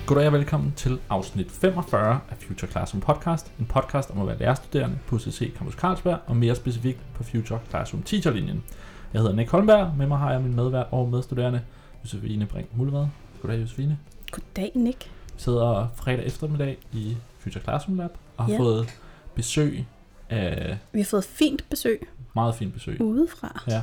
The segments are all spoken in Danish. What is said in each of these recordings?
Goddag og velkommen til afsnit 45 af Future Classroom Podcast. En podcast om at være lærerstuderende på UCC Campus Carlsberg, og mere specifikt på Future Classroom Teacherlinjen. Jeg hedder Nick Holmberg, med mig har jeg min medvært og medstuderende, Josefine Brink-Muldvad. Goddag, Josefine. Goddag, Nick. Vi sidder fredag eftermiddag i Future Classroom Lab og har fået besøg af... Vi har fået fint besøg. Meget fint besøg. Udefra. Ja.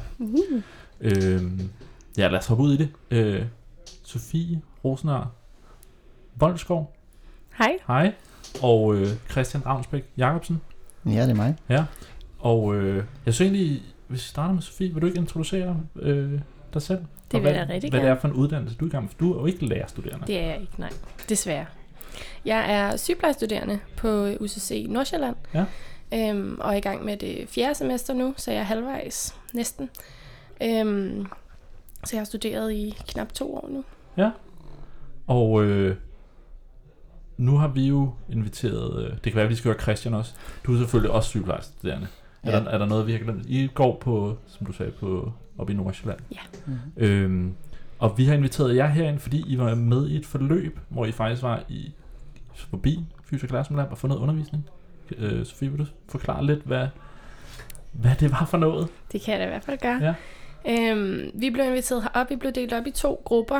Ja, lad os hoppe ud i det. Sofie Rosenør Voldskov. Hej. Hej. Og Christian Ravnsbæk Jacobsen. Ja, det er mig. Ja. Og jeg synes egentlig, hvis vi starter med Sofie, vil du ikke introducere dig selv? Det vil jeg rigtig Hvad gerne. det er for en uddannelse, du er i gang med? Du er jo ikke lærerstuderende. Det er jeg ikke, nej. Desværre. Jeg er sygeplejestuderende på UCC Nordsjælland. Ja. Og er i gang med det 4. semester nu, så jeg er halvvejs næsten. Så jeg har studeret i knap 2 år nu. Ja. Og nu har vi jo inviteret, det kan være, at vi skal høre Christian også. Du er selvfølgelig også sygeplejestuderende. Ja. Er der noget, vi har glemt? I går på, som du sagde, op i Nordsjælland. Ja. Mm-hmm. Og vi har inviteret jer herind, fordi I var med i et forløb, hvor I faktisk var forbi Future Classroom Lab og få noget undervisning. Sofie, vil du forklare lidt, hvad det var for noget? Det kan jeg da i hvert fald gøre. Ja. Vi blev inviteret herop. Vi blev delt op i 2 grupper,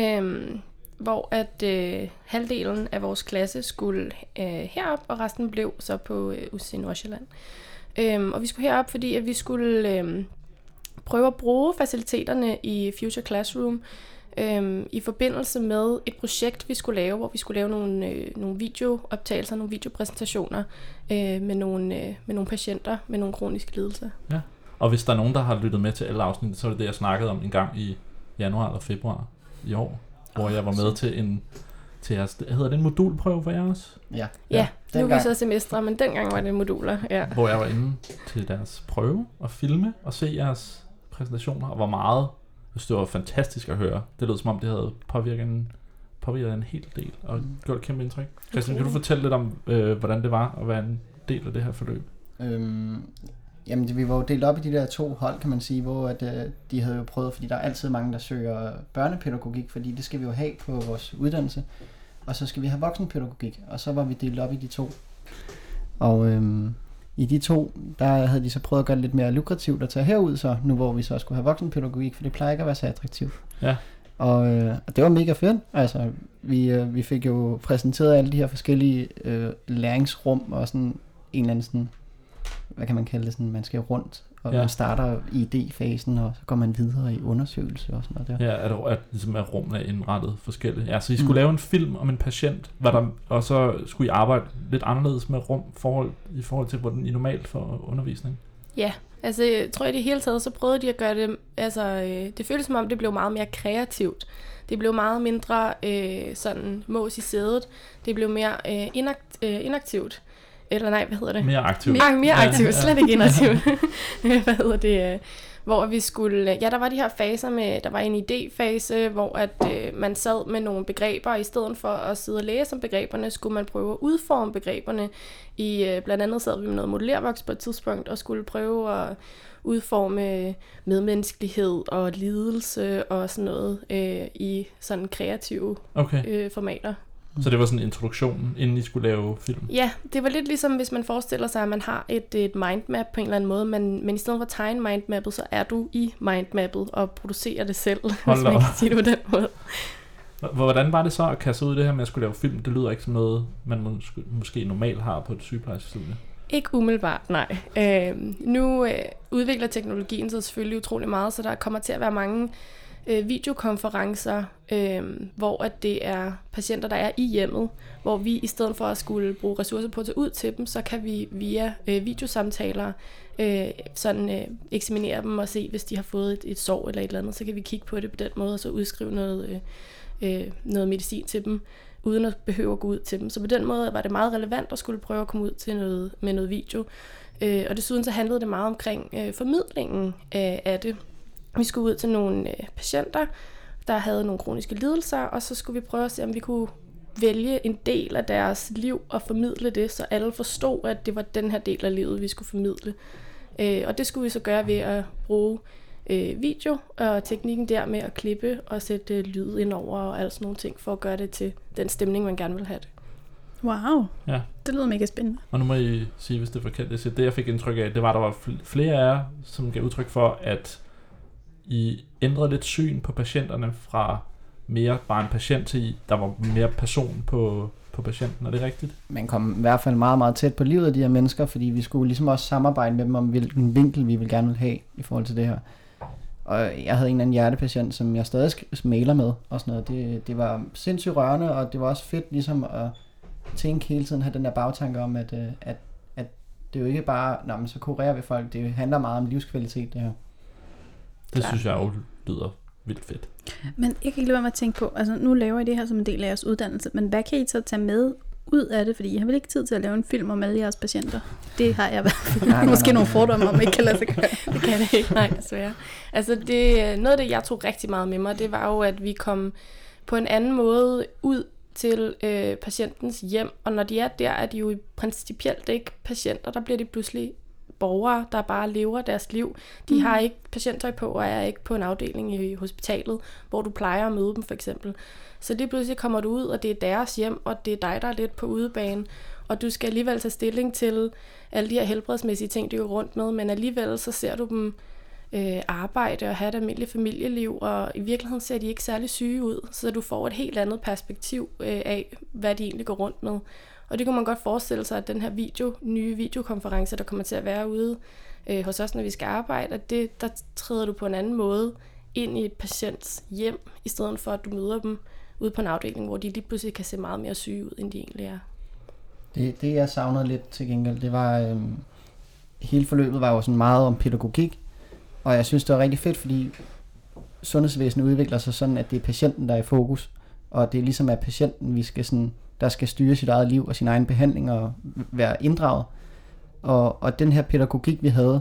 hvor at halvdelen af vores klasse skulle herop, og resten blev så på UCC Nordsjælland. Og vi skulle herop, fordi at vi skulle prøve at bruge faciliteterne i Future Classroom i forbindelse med et projekt, vi skulle lave, hvor vi skulle lave nogle videooptagelser, nogle videopræsentationer med nogle patienter med nogle kroniske lidelser. Ja. Og hvis der er nogen, der har lyttet med til alle afsnit, så er det det, jeg snakkede om en gang i januar eller februar i år, hvor jeg var med til jeres, hedder det en modulprøve for jer også? Ja, nu er vi så semestre, men dengang var det moduler. Ja. Hvor jeg var inde til deres prøve og filme og se jeres præsentationer, og hvor meget, jeg synes, det var fantastisk at høre. Det lød som om, det havde påvirket en hel del, og gjort et kæmpe indtryk. Christian, kan du fortælle lidt om, hvordan det var at være en del af det her forløb? Jamen, vi var jo delt op i de der 2 hold, kan man sige, hvor at, de havde jo prøvet, fordi der er altid mange, der søger børnepædagogik, fordi det skal vi jo have på vores uddannelse, og så skal vi have voksenpædagogik, og så var vi delt op i de 2. Og i de 2, der havde de så prøvet at gøre det lidt mere lukrativt at tage herud, så nu hvor vi så skulle have voksenpædagogik, for det plejer ikke at være så attraktivt. Ja. Og det var mega fedt. Altså, vi fik jo præsenteret alle de her forskellige læringsrum, og sådan en eller anden sådan, hvad kan man kalde det, sådan, man skal rundt, og man starter i idéfasen, og så går man videre i undersøgelse og sådan noget der. Ja, ligesom er rummene indrettet forskelligt. Ja, så I skulle lave en film om en patient, og så skulle I arbejde lidt anderledes med i forhold til, hvordan I normalt får undervisning. Ja, altså jeg tror i det hele taget, så prøvede de at gøre det, altså det føltes som om, det blev meget mere kreativt. Det blev meget mindre sådan mås i sædet. Det blev mere inaktivt. Eller nej, hvad hedder det? Mere aktivt. Mere aktivt, slet ikke inaktivt. Hvad hedder det? Hvor vi skulle... Ja, der var de her faser med... Der var en idéfase, hvor at man sad med nogle begreber, og i stedet for at sidde og læse om begreberne, skulle man prøve at udforme begreberne. Blandt andet sad vi med noget modellervoks på et tidspunkt, og skulle prøve at udforme medmenneskelighed og lidelse og sådan noget i sådan kreative formater. Så det var sådan en introduktion, inden I skulle lave film? Ja, det var lidt ligesom, hvis man forestiller sig, at man har et mindmap på en eller anden måde, men i stedet for at tegne mindmappet, så er du i mindmappet og producerer det selv, hvis man kan sige det på den måde. Hvordan var det så at kaste ud det her med at skulle lave film? Det lyder ikke som noget, man måske normalt har på et sygeplejestudie. Ikke umiddelbart, nej. Nu udvikler teknologien sig selvfølgelig utrolig meget, så der kommer til at være mange videokonferencer, hvor at det er patienter, der er i hjemmet, hvor vi i stedet for at skulle bruge ressourcer på at tage ud til dem, så kan vi via videosamtaler eksaminere dem og se, hvis de har fået et sår eller et eller andet, så kan vi kigge på det på den måde, og så udskrive noget medicin til dem, uden at behøve at gå ud til dem. Så på den måde var det meget relevant at skulle prøve at komme ud til med noget video. Og desuden så handlede det meget omkring formidlingen af det. Vi skulle ud til nogle patienter, der havde nogle kroniske lidelser, og så skulle vi prøve at se, om vi kunne vælge en del af deres liv og formidle det, så alle forstod, at det var den her del af livet, vi skulle formidle. Og det skulle vi så gøre ved at bruge video, og teknikken der med at klippe og sætte lyd ind over og alt sådan nogle ting, for at gøre det til den stemning, man gerne vil have det. Wow, ja. Det lyder mega spændende. Og nu må I sige, hvis det er forkert. Det jeg fik indtryk af, det var, at der var flere af jer, som gav udtryk for, at I ændrede lidt syn på patienterne fra mere bare en patient til, der var mere person på patienten. Er det rigtigt? Man kom i hvert fald meget, meget tæt på livet af de her mennesker, fordi vi skulle ligesom også samarbejde med dem om, hvilken vinkel vi ville gerne vil have i forhold til det her. Og jeg havde en eller anden hjertepatient, som jeg stadig mailer med og sådan noget. Det var sindssygt rørende, og det var også fedt ligesom at tænke hele tiden, have den der bagtanke om, at det jo ikke bare, men så kurerer vi folk. Det handler meget om livskvalitet, det her. Det synes jeg jo lyder vildt fedt. Men jeg kan ikke lade være med at tænke på, altså nu laver I det her som en del af jeres uddannelse, men hvad kan I så tage med ud af det? Fordi I har vel ikke tid til at lave en film om alle jeres patienter? Det har jeg måske nogle fordomme om, ikke kan lade sig gøre. Det kan det ikke, nej, desværre. Altså noget af det, jeg tog rigtig meget med mig, det var jo, at vi kom på en anden måde ud til patientens hjem, og når de er der, er de jo principielt ikke patienter, der bliver de pludselig borgere, der bare lever deres liv. De har ikke patienttøj på, og er ikke på en afdeling i hospitalet, hvor du plejer at møde dem for eksempel. Så det pludselig kommer du ud, og det er deres hjem, og det er dig, der er lidt på udebane, og du skal alligevel tage stilling til alle de her helbredsmæssige ting, du går rundt med, men alligevel så ser du dem arbejde og have et almindeligt familieliv, og i virkeligheden ser de ikke særlig syge ud, så du får et helt andet perspektiv af, hvad de egentlig går rundt med. Og det kunne man godt forestille sig, at den her nye videokonference, der kommer til at være ude hos os, når vi skal arbejde, at der træder du på en anden måde ind i et patients hjem, i stedet for at du møder dem ude på en afdeling, hvor de lige pludselig kan se meget mere syge ud, end de egentlig er. Det jeg savnede lidt til gengæld, det var, hele forløbet var jo sådan meget om pædagogik, og jeg synes, det var rigtig fedt, fordi sundhedsvæsenet udvikler sig sådan, at det er patienten, der er i fokus, og det er ligesom at patienten, der skal styre sit eget liv og sin egen behandling og være inddraget. Og den her pædagogik, vi havde,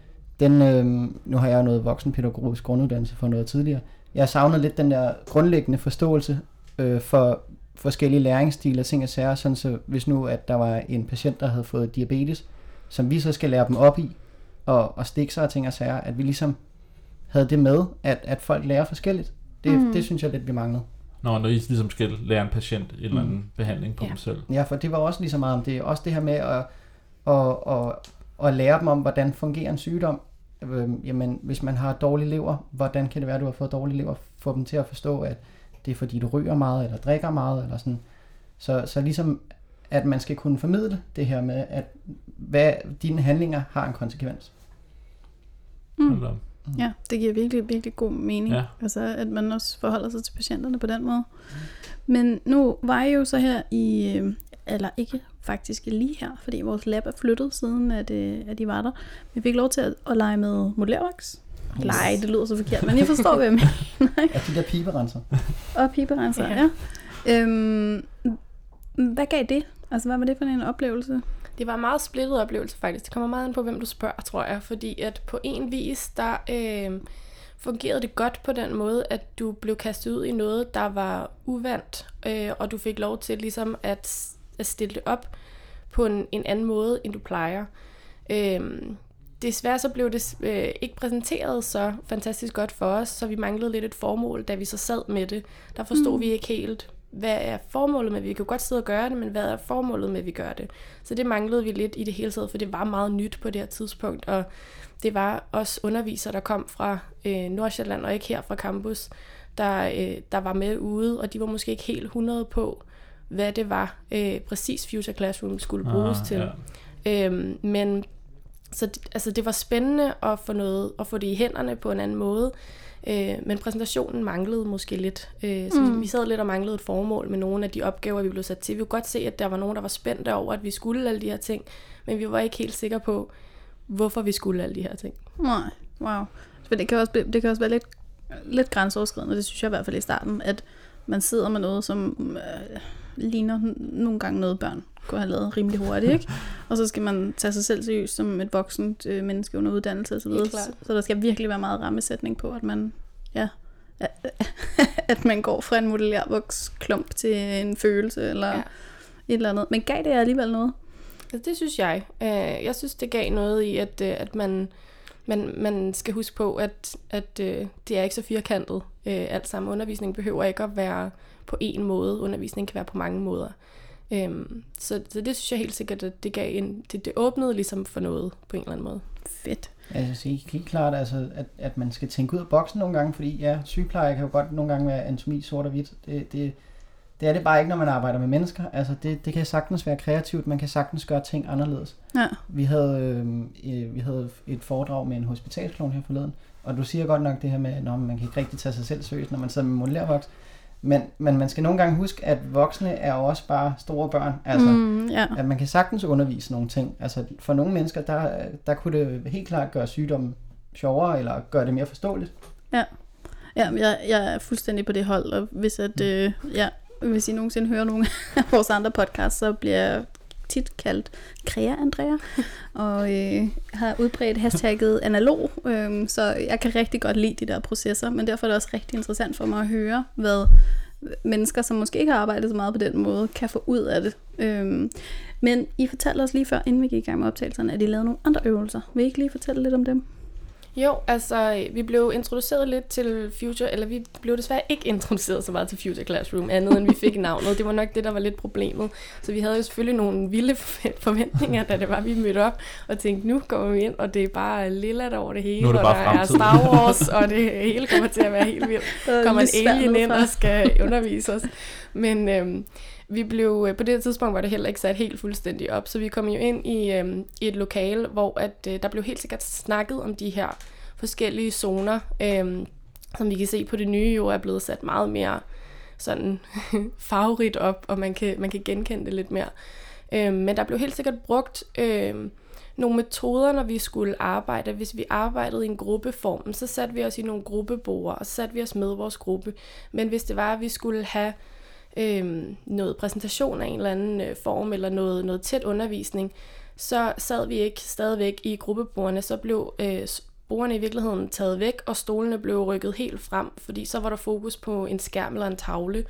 nu har jeg jo noget voksenpædagogisk grunduddannelse for noget tidligere. Jeg savnede lidt den der grundlæggende forståelse for forskellige læringsstile og ting og sager, sådan så hvis nu, at der var en patient, der havde fået diabetes, som vi så skal lære dem op i, og stikke sig og ting og sager, at vi ligesom havde det med, at folk lærer forskelligt. Det synes jeg lidt, vi manglede. Når I ligesom skal lære en patient en eller anden behandling på dem selv. Ja, for det var også lige så meget om det. Også det her med at lære dem om, hvordan fungerer en sygdom. Jamen, hvis man har dårlig lever, hvordan kan det være, at du har fået dårlig lever? Få dem til at forstå, at det er fordi, du ryger meget, eller drikker meget, eller sådan. Så ligesom, at man skal kunne formidle det her med, at hvad dine handlinger har en konsekvens. Ja, det giver virkelig, virkelig god mening. Ja. Altså, at man også forholder sig til patienterne på den måde. Men nu var jeg jo så her eller ikke faktisk lige her, fordi vores lab er flyttet siden, at de var der. Vi fik lov til at lege med modellervoks. Yes. Nej, det lyder så forkert, men jeg forstår, hvad jeg mener. Ja, de der piberenser. Og piberenser, ja. Hvad gav det? Altså, hvad var det for en oplevelse? Det var en meget splittet oplevelse faktisk. Det kommer meget an på, hvem du spørger, tror jeg. Fordi at på en vis, der fungerede det godt på den måde, at du blev kastet ud i noget, der var uvandt. Og du fik lov til ligesom at stille det op på en anden måde, end du plejer. Desværre så blev det ikke præsenteret så fantastisk godt for os, så vi manglede lidt et formål, da vi så sad med det. Der forstod vi ikke helt, hvad er formålet med, vi kan godt sidde og gøre det, men hvad er formålet med, at vi gør det? Så det manglede vi lidt i det hele taget, for det var meget nyt på det her tidspunkt, og det var også undervisere, der kom fra Nordsjælland og ikke her fra campus, der var med ude, og de var måske ikke helt 100 på, hvad det var præcis Future Classroom skulle bruges til. Ja. Men så det var spændende at få det i hænderne på en anden måde, men præsentationen manglede måske lidt. Så vi sad lidt og manglede et formål med nogle af de opgaver, vi blev sat til. Vi kunne godt se, at der var nogen, der var spændte over, at vi skulle alle de her ting, men vi var ikke helt sikre på, hvorfor vi skulle alle de her ting. Nej, wow. For det kan også være lidt grænseoverskridende, det synes jeg i hvert fald i starten, at man sidder med noget, som ligner nogle gange noget børn kunne have lavet rimelig hurtigt, ikke? Og så skal man tage sig selv seriøst som et voksent menneske under uddannelse og så videre. Så der skal virkelig være meget rammesætning på, at man at man går fra en modellervoksklump til en følelse eller et eller andet. Men gav det alligevel noget? Altså, det synes jeg. Jeg synes, det gav noget i, at man man skal huske på, at det er ikke så firkantet. Alt sammen undervisning behøver ikke at være på én måde. Undervisning kan være på mange måder. Så det synes jeg helt sikkert, at det gav det åbnede ligesom for noget på en eller anden måde. Fedt. Jeg vil sige helt klart, altså, at man skal tænke ud af boksen nogle gange, fordi ja, sygepleje kan jo godt nogle gange være anatomi sort og hvidt. Det er det bare ikke, når man arbejder med mennesker. Altså, det kan sagtens være kreativt, man kan sagtens gøre ting anderledes. Ja. Vi havde et foredrag med en hospitalsklovn her forleden, og du siger godt nok det her med, at man kan ikke rigtig tage sig selv seriøst, når man sidder med modellervoks. Men man skal nogle gange huske, at voksne er jo også bare store børn. Altså, at man kan sagtens undervise nogle ting. Altså, for nogle mennesker, der kunne det helt klart gøre sygdommen sjovere, eller gøre det mere forståeligt. Ja, jeg er fuldstændig på det hold, og hvis I nogensinde hører nogle af vores andre podcasts, så bliver jeg tit kaldt Krea Andrea, og har udbredt hashtagget analog, så jeg kan rigtig godt lide de der processer, men derfor er det også rigtig interessant for mig at høre, hvad mennesker, som måske ikke har arbejdet så meget på den måde, kan få ud af det. Men I fortalte os lige før, inden vi gik i gang med optagelserne, at I lavede nogle andre øvelser. Vil I ikke lige fortælle lidt om dem? Jo, altså vi blev introduceret lidt til Future, eller vi blev desværre ikke introduceret så meget til Future Classroom, andet end vi fik navnet. Det var nok det, der var lidt problemet. Så vi havde jo selvfølgelig nogle vilde forventninger, da det var, vi mødte op og tænkte, nu går vi ind, og det er bare lilla over det hele, og der er Star Wars, og det hele kommer til at være helt vildt. Kommer en alien ind og skal undervise os. Men vi blev, på det tidspunkt var det heller ikke sat helt fuldstændig op, så vi kom jo ind i et lokale, hvor at, der blev helt sikkert snakket om de her forskellige zoner, som vi kan se på det nye jo er blevet sat meget mere sådan farverigt op, og man kan genkende det lidt mere. Men der blev helt sikkert brugt nogle metoder, når vi skulle arbejde. Hvis vi arbejdede i en gruppeform, så satte vi os i nogle gruppeborde, og så satte vi os med vores gruppe. Men hvis det var, at vi skulle have noget præsentation af en eller anden form, eller noget tæt undervisning, så sad vi ikke stadigvæk i gruppebordene, så blev bordene i virkeligheden taget væk, og stolene blev rykket helt frem, fordi så var der fokus på en skærm eller en tavle.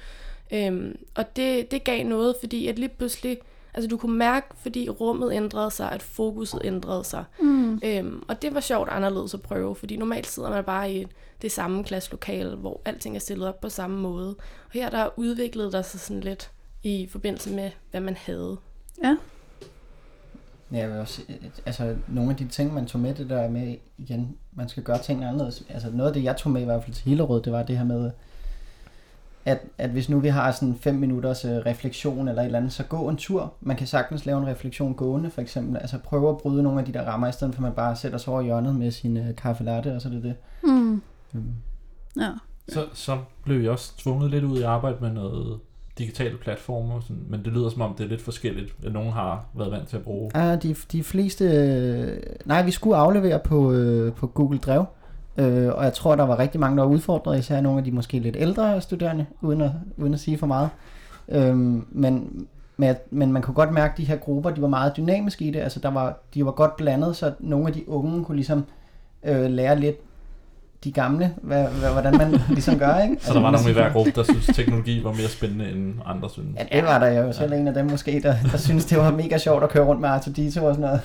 Og det gav noget, fordi at lige pludselig, altså du kunne mærke, fordi rummet ændrede sig, at fokuset ændrede sig. Og det var sjovt anderledes at prøve, fordi normalt sidder man bare i det samme klasselokale, hvor alting er stillet op på samme måde. Og her der udviklede der sig sådan lidt i forbindelse med, hvad man havde. Ja. Ja, jeg vil også, altså nogle af de ting, man tog med, det der med, igen, man skal gøre tingene anderledes. Altså noget af det, jeg tog med i hvert fald til Hillerød, det var det her med, at hvis nu vi har sådan 5 minutters refleksion eller et eller andet, så gå en tur. Man kan sagtens lave en refleksion gående, for eksempel. Altså prøve at bryde nogle af de der rammer, i stedet for at man bare sætter sig over hjørnet med sin kaffe latte, og så er det det. Ja. Så blev jeg også tvunget lidt ud i arbejde med noget digitale platformer, sådan, men det lyder som om det er lidt forskelligt, at nogen har været vant til at bruge. Ja, de fleste... vi skulle aflevere på Google Drive, og jeg tror, der var rigtig mange, der var udfordret, især nogle af de måske lidt ældre studerende, uden at sige for meget. Men man kunne godt mærke, at de her grupper, de var meget dynamiske i det, altså de var godt blandet, så nogle af de unge kunne ligesom lære lidt de gamle, hvordan man ligesom gør, ikke? Så der var nogen i hver gruppe, der synes teknologi var mere spændende end andre synes. Ja, det var der jo selv en af dem måske, der synes det var mega sjovt at køre rundt med R2-D2 og sådan noget.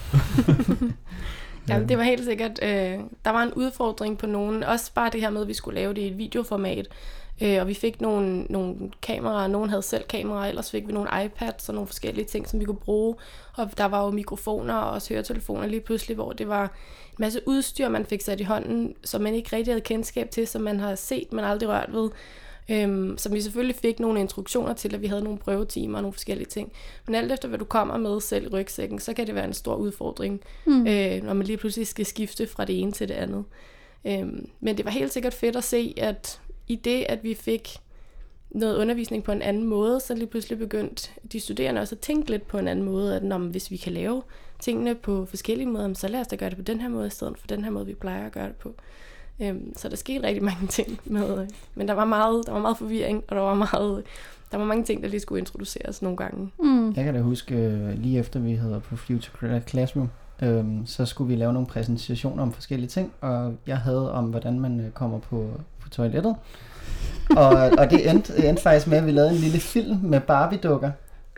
Jamen, det var helt sikkert, der var en udfordring på nogen, også bare det her med, at vi skulle lave det i et videoformat, og vi fik nogle kameraer, nogen havde selv kameraer, ellers fik vi nogle iPads og nogle forskellige ting, som vi kunne bruge, og der var jo mikrofoner og også høretelefoner lige pludselig, hvor det var en masse udstyr, man fik sat i hånden, som man ikke rigtig havde kendskab til, som man har set, men aldrig rørt ved. Som vi selvfølgelig fik nogle instruktioner til, at vi havde nogle prøvetimer og nogle forskellige ting. Men alt efter, hvad du kommer med selv i rygsækken, så kan det være en stor udfordring, når man lige pludselig skal skifte fra det ene til det andet. Men det var helt sikkert fedt at se, at i det, at vi fik noget undervisning på en anden måde, så lige pludselig begyndte de studerende også at tænke lidt på en anden måde, at hvis vi kan lave tingene på forskellige måder, så lad os da gøre det på den her måde, i stedet for den her måde, vi plejer at gøre det på. Så der skete rigtig mange ting med, men der var meget forvirring, og der var mange ting, der lige skulle introduceres nogle gange. Jeg kan da huske, lige efter vi havde på Future Classroom, så skulle vi lave nogle præsentationer om forskellige ting, og jeg havde om, hvordan man kommer på toilettet. og det endte faktisk med, at vi lavede en lille film med Barbie-dukker,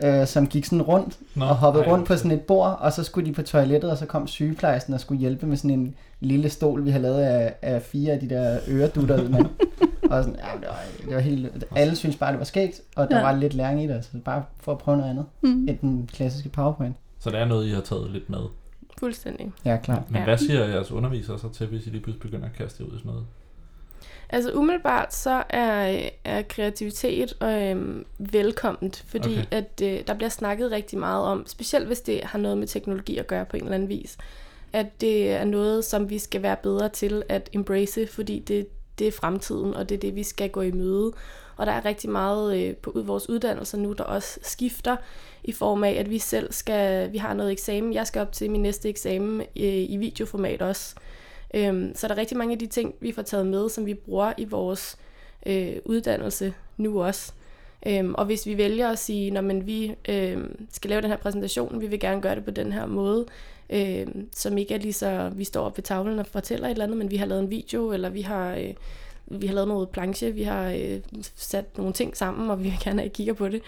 som gik sådan rundt og hoppede rundt på sådan et bord, og så skulle de på toilettet, og så kom sygeplejersken og skulle hjælpe med sådan en lille stol, vi havde lavet af 4 af de der øredutter. Og sådan, det var helt... Alle synes bare, det var skægt, og der var lidt læring i det, så bare for at prøve noget andet end den klassiske PowerPoint. Så det er noget, I har taget lidt med? Fuldstændig. Ja, klart. Men hvad siger jeres undervisere så til, hvis I lige pludselig begynder at kaste ud i sådan noget? Altså umiddelbart så er kreativitet velkomment, fordi at der bliver snakket rigtig meget om, specielt hvis det har noget med teknologi at gøre på en eller anden vis, at det er noget, som vi skal være bedre til at embrace, fordi det er fremtiden, og det er det, vi skal gå i møde. Og der er rigtig meget på vores uddannelser nu, der også skifter i form af, at vi har noget eksamen. Jeg skal op til min næste eksamen i videoformat også. Så der er rigtig mange af de ting, vi får taget med, som vi bruger i vores uddannelse nu også. Og hvis vi vælger at sige, når vi skal lave den her præsentation, vi vil gerne gøre det på den her måde, som ikke er lige så, vi står op ved tavlen og fortæller et eller andet, men vi har lavet en video, eller vi har lavet noget planche, vi har sat nogle ting sammen, og vi vil gerne have, at I kigger på det.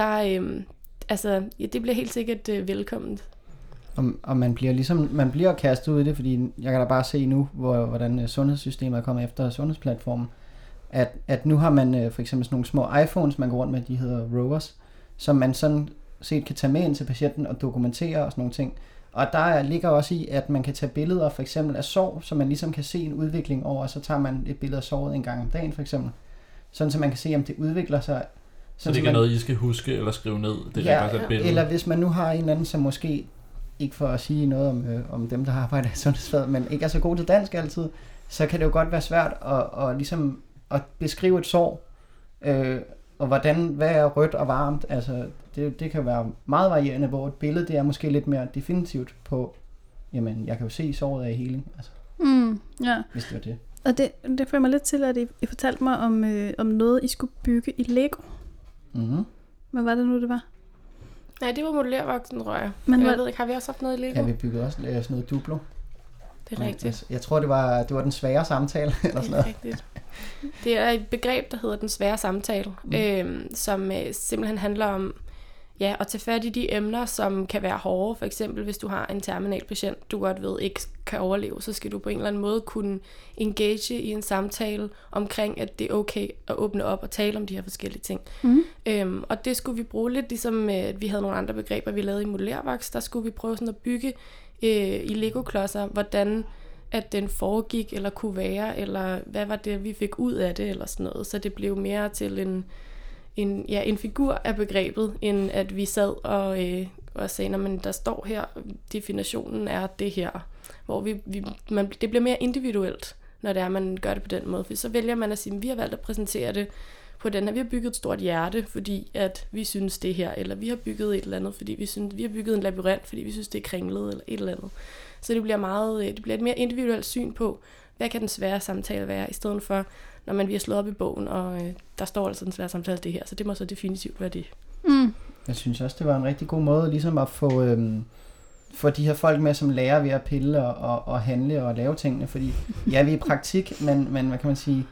Det bliver helt sikkert velkomment. Og man bliver kastet ud i det, fordi jeg kan da bare se nu, hvordan sundhedssystemet er kommet efter sundhedsplatformen, at nu har man for eksempel sådan nogle små iPhones, man går rundt med, de hedder Rovers, som man sådan set kan tage med ind til patienten og dokumentere og sådan nogle ting. Og der ligger også i, at man kan tage billeder for eksempel af sår, så man ligesom kan se en udvikling over, og så tager man et billede af såret en gang om dagen for eksempel. Sådan så man kan se, om det udvikler sig. Så det ikke er noget, I skal huske eller skrive ned? Det er bare et billede. Eller hvis man nu har en eller anden, som måske, ikke for at sige noget om dem, der har arbejdet i sundhedsfaget, men ikke er så god til dansk altid, så kan det jo godt være svært ligesom at beskrive et sår, og hvad er rødt og varmt. Altså, det kan være meget varierende, hvor et billede det er måske lidt mere definitivt på, jamen, jeg kan jo se, at såret er i heling. Altså, hvis det var det. Og det får mig lidt til, at I fortalte mig om noget, I skulle bygge i Lego. Mm-hmm. Hvad var det nu, det var? Nej, det var modellervoksen, tror jeg. Men jeg ved ikke, har vi også haft noget i Lego? Ja, vi byggede også sådan noget Duplo. Det er rigtigt. Jeg tror, det var den svære samtale. Eller sådan noget. Det er rigtigt. Det er et begreb, der hedder den svære samtale, som simpelthen handler om at tage fat i de emner, som kan være hårde. For eksempel, hvis du har en terminal patient, du godt ved ikke kan overleve, så skal du på en eller anden måde kunne engage i en samtale omkring, at det er okay at åbne op og tale om de her forskellige ting. Og det skulle vi bruge lidt, ligesom vi havde nogle andre begreber, vi lavede i modellervoks. Der skulle vi prøve sådan at bygge i Lego-klodser, hvordan at den foregik, eller kunne være, eller hvad var det, vi fik ud af det, eller sådan noget. Så det blev mere til en figur af begrebet, end at vi sad og sagde, men der står her, definitionen er det her. Hvor det bliver mere individuelt, når det er, man gør det på den måde. For så vælger man at sige, vi har valgt at præsentere det på den her. Vi har bygget et stort hjerte, fordi at vi synes det her, eller vi har bygget et eller andet, fordi vi har bygget en labyrint, fordi vi synes det er kringlet, eller et eller andet. Så det bliver et mere individuelt syn på, hvad kan den svære samtale være, i stedet for, når vi har slået op i bogen, og der står altså den svære samtale det her, så det må så definitivt være det. Jeg synes også, det var en rigtig god måde, ligesom at få de her folk med, som lærer ved at pille og handle og lave tingene, fordi vi er i praktik, men hvad kan man sige,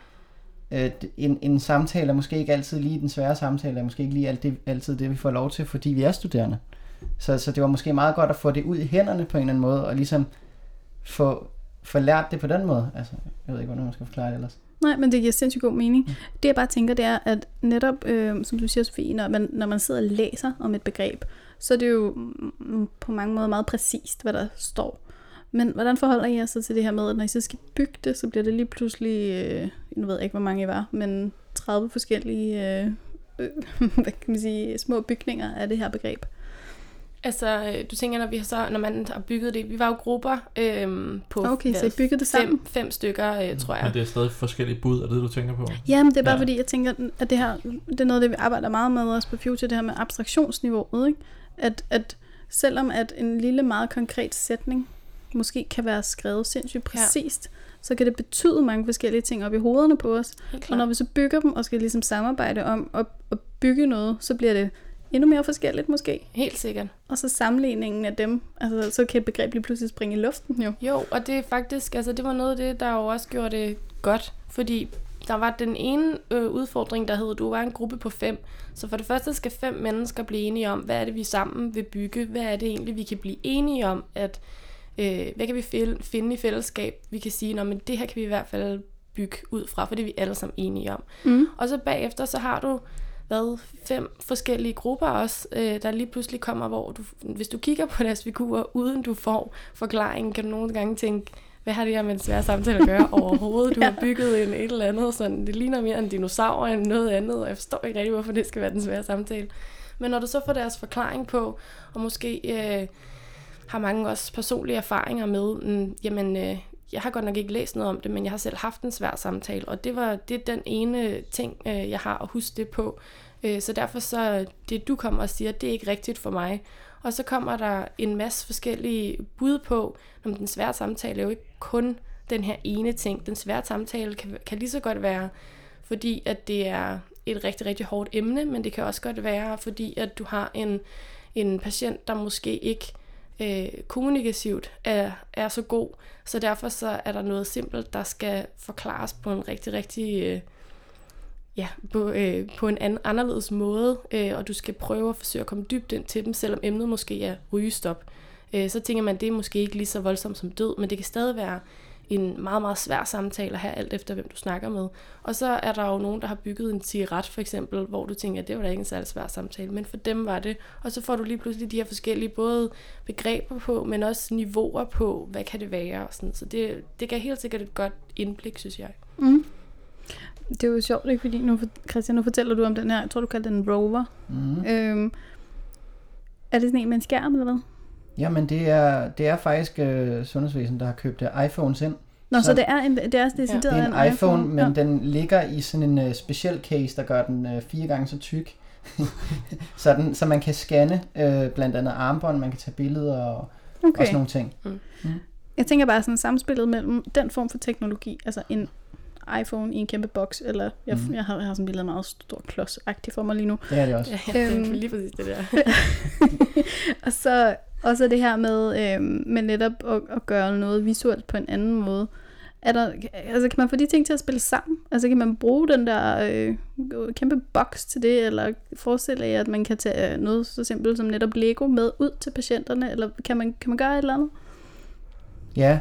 en samtale er måske ikke altid lige den svære samtale, er måske ikke lige altid det, vi får lov til, fordi vi er studerende. Så det var måske meget godt at få det ud i hænderne på en eller anden måde, og ligesom få lært det på den måde. Altså, jeg ved ikke, hvordan man skal forklare det ellers. Nej, men det giver sindssygt god mening. Det jeg bare tænker, det er, at netop, som du siger, Sofie, når man sidder og læser om et begreb, så er det jo på mange måder meget præcist, hvad der står. Men hvordan forholder I jer så til det her med, at når I så skal bygge det, så bliver det lige pludselig, nu ved jeg ikke, hvor mange I var, men 30 forskellige hvad kan man sige, små bygninger af det her begreb? Altså, du tænker, når man har bygget det, vi var jo grupper på så I byggede det sammen? 5 stykker, tror jeg. Men det er stadig forskellige bud, er det, du tænker på? Jamen, det er bare fordi, jeg tænker, at det her, det er noget, det vi arbejder meget med også på Future, det her med abstraktionsniveauet, ikke? At selvom at en lille, meget konkret sætning måske kan være skrevet sindssygt præcist, så kan det betyde mange forskellige ting op i hovederne på os. Og når vi så bygger dem og skal ligesom samarbejde om at bygge noget, så bliver det endnu mere forskelligt måske. Helt sikkert. Og så sammenligningen af dem, altså så kan et begreb lige pludselig springe i luften jo. Jo, og det er faktisk, altså det var noget af det, der jo også gjorde det godt, fordi der var den ene udfordring, der hed, du var en gruppe på 5. Så for det første skal 5 mennesker blive enige om, hvad er det, vi sammen vil bygge? Hvad er det egentlig, vi kan blive enige om? Hvad kan vi finde i fællesskab? Vi kan sige, men det her kan vi i hvert fald bygge ud fra, for det er vi alle sammen enige om. Og så bagefter, så har du 5 forskellige grupper også, der lige pludselig kommer, hvor hvis du kigger på deres figurer, uden du får forklaringen, kan du nogle gange tænke, hvad har det her med en svær samtale at gøre overhovedet? Du har bygget et eller andet, sådan, det ligner mere en dinosaur end noget andet, og jeg forstår ikke rigtig, hvorfor det skal være den svære samtale. Men når du så får deres forklaring på, og måske har mange også personlige erfaringer med, jeg har godt nok ikke læst noget om det, men jeg har selv haft en svær samtale, og det er den ene ting, jeg har at huske det på. Så derfor så, det du kommer og siger, det er ikke rigtigt for mig. Og så kommer der en masse forskellige bud på, om den svære samtale er jo ikke kun den her ene ting. Den svære samtale kan lige så godt være, fordi at det er et rigtig, rigtig hårdt emne, men det kan også godt være, fordi at du har en patient, der måske ikke kommunikativt er så god, så derfor så er der noget simpelt, der skal forklares på en rigtig, rigtig på en anderledes måde, og du skal prøve at forsøge at komme dybt ind til dem, selvom emnet måske er rygestop. Så tænker man, det er måske ikke lige så voldsomt som død, men det kan stadig være en meget, meget svær samtale at have, alt efter hvem du snakker med. Og så er der jo nogen, der har bygget en cigaret for eksempel, hvor du tænker, at det var da ikke en særlig svær samtale, men for dem var det. Og så får du lige pludselig de her forskellige både begreber på, men også niveauer på, hvad kan det være og sådan. Så det kan helt sikkert et godt indblik, synes jeg. Mm. Det er jo sjovt, ikke? Fordi Christian, nu fortæller du om den her, jeg tror du kalder den rover. Er det sådan en med en skærm eller hvad? Jamen det er faktisk sundhedsvæsen, der har købt iPhones ind. Nå, så det er decideret det er en iPhone, men den ligger i sådan en speciel case, der gør den 4 gange så tyk. så man kan scanne blandt andet armbånd, man kan tage billeder og sådan nogle ting. Jeg tænker bare sådan samspillet mellem den form for teknologi, altså en iPhone i en kæmpe boks, eller jeg har sådan et billede meget stor klods-agtigt for mig lige nu. Det er det også. Ja, det er lige præcis det der. og så det her med netop at gøre noget visuelt på en anden måde. Kan man få de ting til at spille sammen? Altså kan man bruge den der kæmpe boks til det, eller forestille jer, at man kan tage noget så simpelt som netop Lego med ud til patienterne, eller kan man gøre et eller andet? Ja.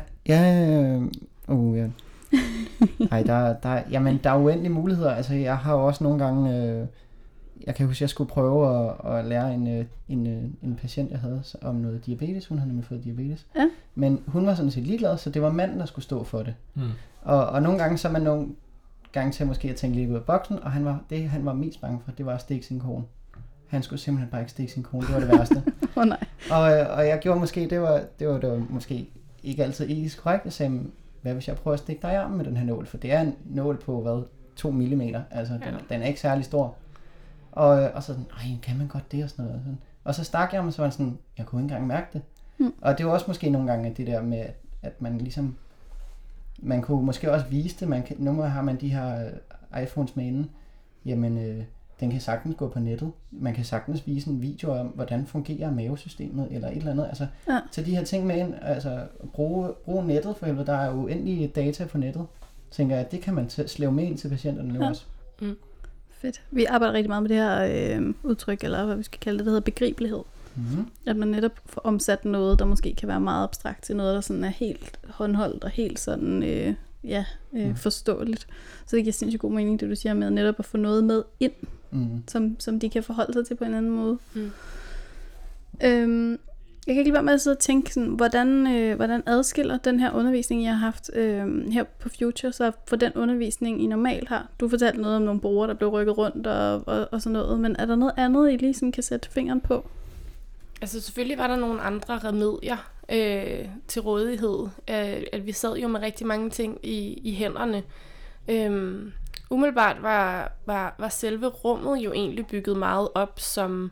Nej, der er uendelige muligheder. Altså, jeg har jo også nogle gange, jeg kan huske, jeg skulle prøve at lære en patient, jeg havde, om noget diabetes. Hun havde nemlig fået diabetes. Ja. Men hun var sådan set ligeglad, så det var manden, der skulle stå for det. Og nogle gange, så er man nogle gange til måske at tænke lidt ud af boksen, og han var mest bange for, det var at stikke sin kone. Han skulle simpelthen bare ikke stikke sin kone, det var det værste. Nej. Og jeg gjorde måske, det var måske ikke altid etisk korrekt. Jeg sagde, hvad hvis jeg prøver at stikke dig i armen med den her nål? For det er en nål på, 2 mm. Altså, den er ikke særlig stor. Og så kan man godt det og sådan noget. Og så stak jeg mig, så var sådan, jeg kunne ikke engang mærke det. Og det var også måske nogle gange det der med, at man ligesom, man kunne måske også vise det. Nogle gange har man de her iPhones med inden. Jamen, den kan sagtens gå på nettet. Man kan sagtens vise en video om, hvordan fungerer mavesystemet, eller et eller andet. Altså, tage de her ting med ind, altså bruge nettet for helvede. Der er jo uendelige data på nettet. Tænker jeg, det kan man slæve med ind til patienterne nu også. Fedt. Vi arbejder rigtig meget med det her udtryk, eller hvad vi skal kalde det, der hedder begribelighed. At man netop får omsat noget, der måske kan være meget abstrakt, til noget, der sådan er helt håndholdt og helt sådan, forståeligt. Så det giver sindssygt god mening, det du siger med netop at få noget med ind, som de kan forholde sig til på en anden måde. Jeg kan ikke lige være med at sidde og tænke, sådan, hvordan adskiller den her undervisning, jeg har haft her på Future, så for den undervisning, I normalt har. Du fortalte noget om nogle brugere, der blev rykket rundt og sådan noget, men er der noget andet, I ligesom kan sætte fingeren på? Altså selvfølgelig var der nogle andre remedier til rådighed. At vi sad jo med rigtig mange ting i hænderne. Umiddelbart var selve rummet jo egentlig bygget meget op som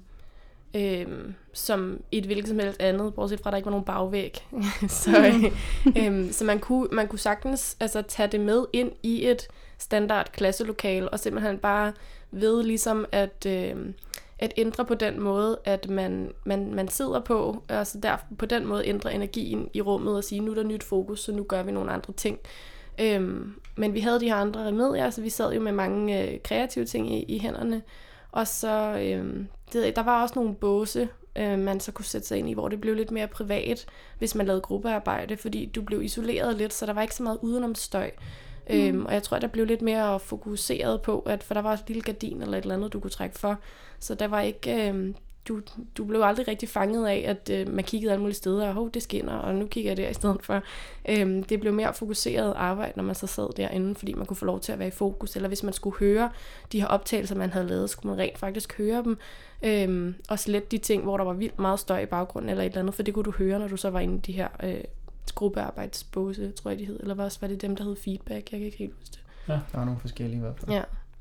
et hvilket som helst andet, bortset fra at der ikke var nogen bagvæg. Så man kunne sagtens tage det med ind i et standard klasselokale, og simpelthen bare ved ligesom at ændre på den måde, at man sidder på, altså der på den måde ændre energien i rummet og sige, nu er der nyt fokus, så nu gør vi nogle andre ting. Men vi havde de her andre remedier, så vi sad jo med mange kreative ting i hænderne. Og så, der var også nogle båse, man så kunne sætte sig ind i, hvor det blev lidt mere privat, hvis man lavede gruppearbejde, fordi du blev isoleret lidt, så der var ikke så meget udenom støj. Og jeg tror, der blev lidt mere fokuseret på, for der var et lille gardin eller et eller andet, du kunne trække for. Så der var ikke... Du blev aldrig rigtig fanget af, at man kiggede alle mulige steder, og det skinner, og nu kigger jeg der i stedet for. Det blev mere fokuseret arbejde, når man så sad derinde, fordi man kunne få lov til at være i fokus, eller hvis man skulle høre de her optagelser, man havde lavet, skulle man rent faktisk høre dem, og slette de ting, hvor der var vildt meget støj i baggrunden, eller et eller andet, for det kunne du høre, når du så var inde i de her gruppearbejdsbåse, tror jeg de hed, eller var det dem, der hed feedback, jeg kan ikke helt huske det. Ja, der var nogle forskellige i hvert fald. Ja.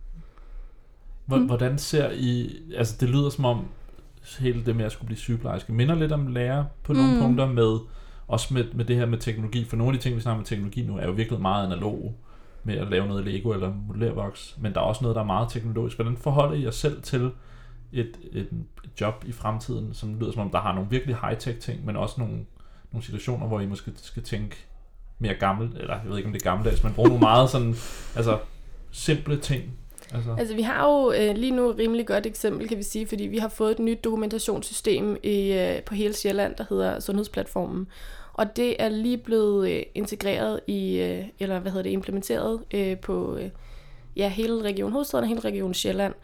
Hvordan ser I, altså det lyder som om, hele det med at skulle blive sygeplejerske minder lidt om lærer på nogle punkter, også med det her med teknologi, for nogle af de ting, vi snakker med teknologi nu, er jo virkelig meget analog med at lave noget Lego eller modellervoks, men der er også noget, der er meget teknologisk. Hvordan forholder I jer selv til et job i fremtiden, som lyder som om, der har nogle virkelig high-tech ting, men også nogle situationer, hvor I måske skal tænke mere gammelt, eller jeg ved ikke, om det er gammeldags, men bruger nogle meget sådan, altså simple ting. Altså vi har jo lige nu et rimelig godt eksempel, kan vi sige, fordi vi har fået et nyt dokumentationssystem på hele Sjælland, der hedder Sundhedsplatformen. Og det er lige blevet integreret implementeret på hele Region Hovedstaden og hele Region Sjælland.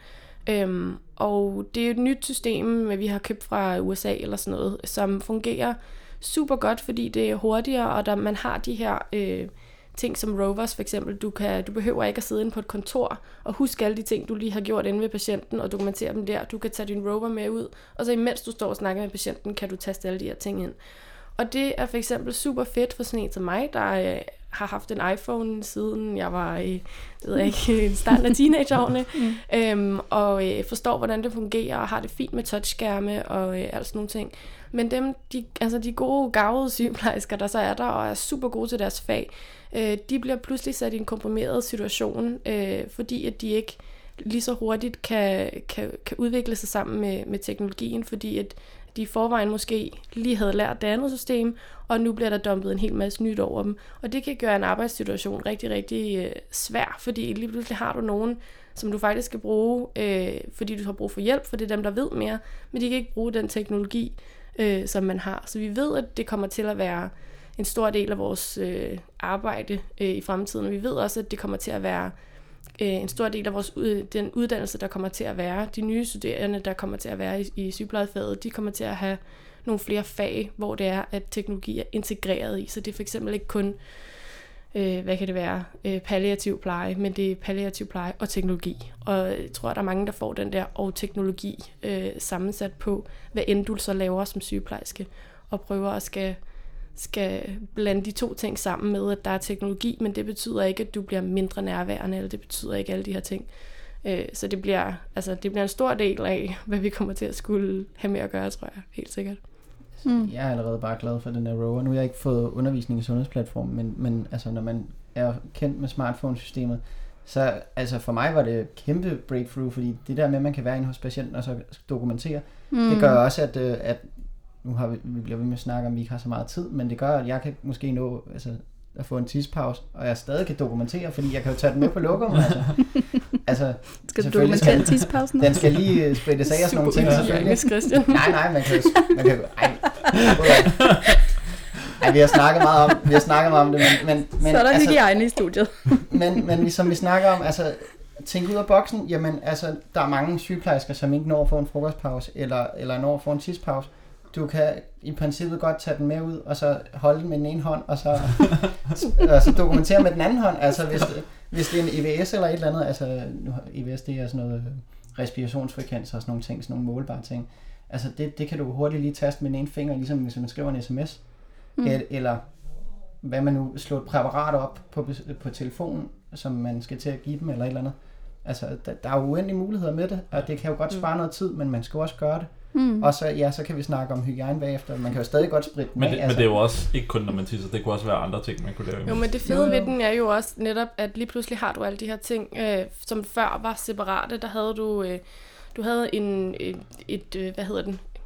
Og det er jo et nyt system, vi har købt fra USA eller sådan noget, som fungerer super godt, fordi det er hurtigere, og man har de her... ting som rovers for eksempel, du behøver ikke at sidde inde på et kontor og huske alle de ting, du lige har gjort inde ved patienten og dokumentere dem der. Du kan tage din rover med ud, og så imens du står og snakker med patienten, kan du taste alle de her ting ind. Og det er for eksempel super fedt for sådan en som mig, der har haft en iPhone siden jeg var i starten af teenageårene, og forstår, hvordan det fungerer, og har det fint med touchskærme og alt sådan nogle ting. Men de gode, gavede sygeplejersker, der så er der, og er super gode til deres fag, de bliver pludselig sat i en komprimeret situation, fordi at de ikke lige så hurtigt kan udvikle sig sammen med teknologien, fordi at de i forvejen måske lige havde lært det andet system, og nu bliver der dumpet en hel masse nyt over dem. Og det kan gøre en arbejdssituation rigtig, rigtig svær, fordi lige pludselig har du nogen, som du faktisk skal bruge, fordi du har brug for hjælp, for det er dem, der ved mere, men de kan ikke bruge den teknologi, som man har. Så vi ved, at det kommer til at være en stor del af vores arbejde i fremtiden, og vi ved også, at det kommer til at være en stor del af vores den uddannelse, der kommer til at være. De nye studerende, der kommer til at være i sygeplejefaget, de kommer til at have nogle flere fag, hvor det er, at teknologi er integreret i. Så det er for eksempel ikke kun, palliativ pleje, men det er palliativ pleje og teknologi. Og jeg tror, der er mange, der får den der og teknologi sammensat på, hvad end du så laver som sygeplejerske, og prøver at skal blande de to ting sammen med, at der er teknologi, men det betyder ikke, at du bliver mindre nærværende, eller det betyder ikke alle de her ting. Så det bliver en stor del af, hvad vi kommer til at skulle have med at gøre, tror jeg, helt sikkert. Jeg er allerede bare glad for den der rover. Nu har jeg ikke fået undervisning i Sundhedsplatformen, men altså, når man er kendt med smartphone-systemet, så altså for mig var det kæmpe breakthrough, fordi det der med, at man kan være inde hos patienten og så dokumentere, det gør også, at nu vi bliver ved med at snakke om, at vi ikke har så meget tid, men det gør, at jeg kan måske nå at få en tidspause, og jeg stadig kan dokumentere, fordi jeg kan jo tage den med på lokum. Altså, skal du dokumentere tidspausen? Den skal lige sprittes af og sådan nogle ting. Nej, man kan vi har snakket meget om det, men så er der hygiejne i studiet. men som vi snakker om, altså tænk ud af boksen, jamen altså, der er mange sygeplejersker, som ikke når at få en frokostpause, eller når at få en tidspause. Du kan i princippet godt tage den med ud, og så holde den med den ene hånd, og så dokumentere med den anden hånd. Altså hvis det er en EVS eller et eller andet, altså nu EVS, det er sådan noget respirationsfrekvens og sådan nogle ting, sådan nogle målbare ting. Altså det kan du hurtigt lige taste med den ene finger, ligesom hvis man skriver en sms. Eller hvad man nu slår et præparat op på telefonen, som man skal til at give dem, eller et eller andet. Altså der er jo uendelige muligheder med det, og det kan jo godt spare noget tid, men man skal også gøre det. Og så kan vi snakke om hygiejne bagefter. Man kan jo stadig godt spritte den af. Men det er jo også ikke kun, når man tisser. Det kunne også være andre ting, man kunne lave. Jo, men det fede ved den er jo også netop, at lige pludselig har du alle de her ting, som før var separate. Der havde du havde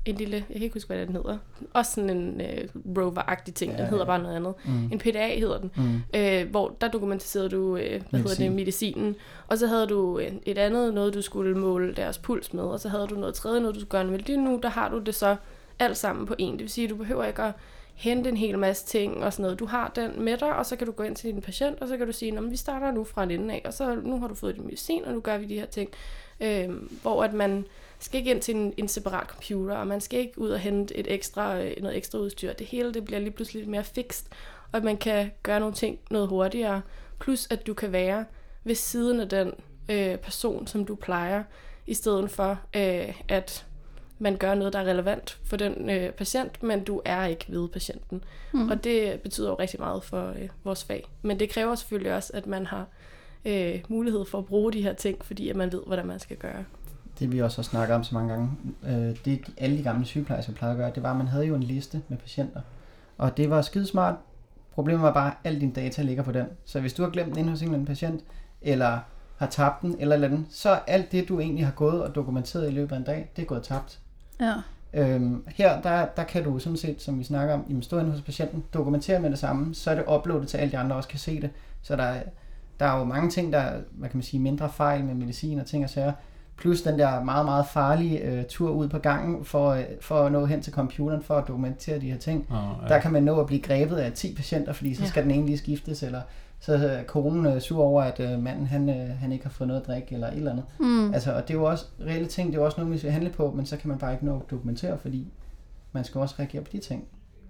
en lille, jeg kan ikke huske, hvad den hedder. Også sådan en rover-agtig ting. Den hedder bare noget andet. En PDA hedder den. Hvor der dokumenterede du, medicinen. Og så havde du et andet noget, du skulle måle deres puls med. Og så havde du noget tredje noget, du skulle gøre med. Lige nu, der har du det så alt sammen på en. Det vil sige, at du behøver ikke at hente en hel masse ting og sådan noget. Du har den med dig, og så kan du gå ind til din patient, og så kan du sige, vi starter nu fra en ende af, og så nu har du fået din medicin, og nu gør vi de her ting. Hvor at man skal ikke ind til en separat computer, og man skal ikke ud og hente noget ekstra udstyr. Det hele det bliver lige pludselig lidt mere fikst, og at man kan gøre nogle ting noget hurtigere. Plus at du kan være ved siden af den person, som du plejer, i stedet for at man gør noget, der er relevant for den patient, men du er ikke ved patienten. Og det betyder jo rigtig meget for vores fag. Men det kræver selvfølgelig også, at man har mulighed for at bruge de her ting, fordi at man ved, hvordan man skal gøre. Det vi også har snakket om så mange gange, det alle de gamle sygeplejersker plejede at gøre, det var, at man havde jo en liste med patienter. Og det var skidesmart. Problemet var bare, at alle dine data ligger på den. Så hvis du har glemt den inde hos en eller anden patient, eller har tabt den, eller andet, så alt det, du egentlig har gået og dokumenteret i løbet af en dag, det er gået tabt. Ja. Her, der kan du sådan set, som vi snakker om, stå inde hos patienten, dokumentere med det samme, så er det uploadet til alle de andre også kan se det. Så der er jo mange ting, der, hvad kan man sige, mindre fejl med medicin og ting og sager, plus den der meget, meget farlige tur ud på gangen for at nå hen til computeren for at dokumentere de her ting. Der kan man nå at blive grebet af 10 patienter, fordi så skal den ene lige skiftes, eller så er konen sur over, at manden han ikke har fået noget at drikke, eller et eller andet. Altså, og det er jo også reelle ting, det er jo også noget, man skal handle på, men så kan man bare ikke nå at dokumentere, fordi man skal også reagere på de ting.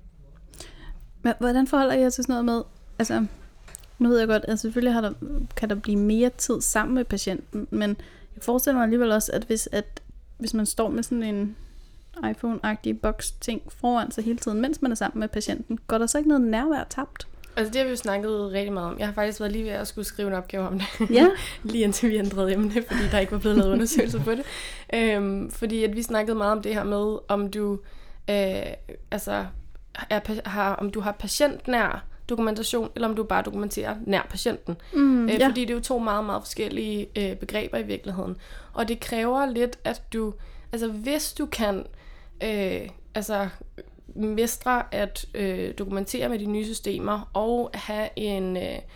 Men hvordan forholder jeg til sådan noget med, altså, nu ved jeg godt, at selvfølgelig kan der blive mere tid sammen med patienten, men jeg forestiller mig alligevel også, at hvis man står med sådan en iPhone-agtig boks-ting foran sig hele tiden, mens man er sammen med patienten, går der så ikke noget nærvær tabt? Altså det har vi jo snakket rigtig meget om. Jeg har faktisk været lige ved at skulle skrive en opgave om det. Ja. Lige indtil vi ændrede emne, fordi der ikke var blevet lavet undersøgelser på det. Fordi at vi snakkede meget om det her med, om du om du har patientnær dokumentation, eller om du bare dokumenterer nær patienten. Fordi det er jo to meget, meget forskellige begreber i virkeligheden. Og det kræver lidt, at du, altså hvis du kan mestre at dokumentere med de nye systemer, og have en,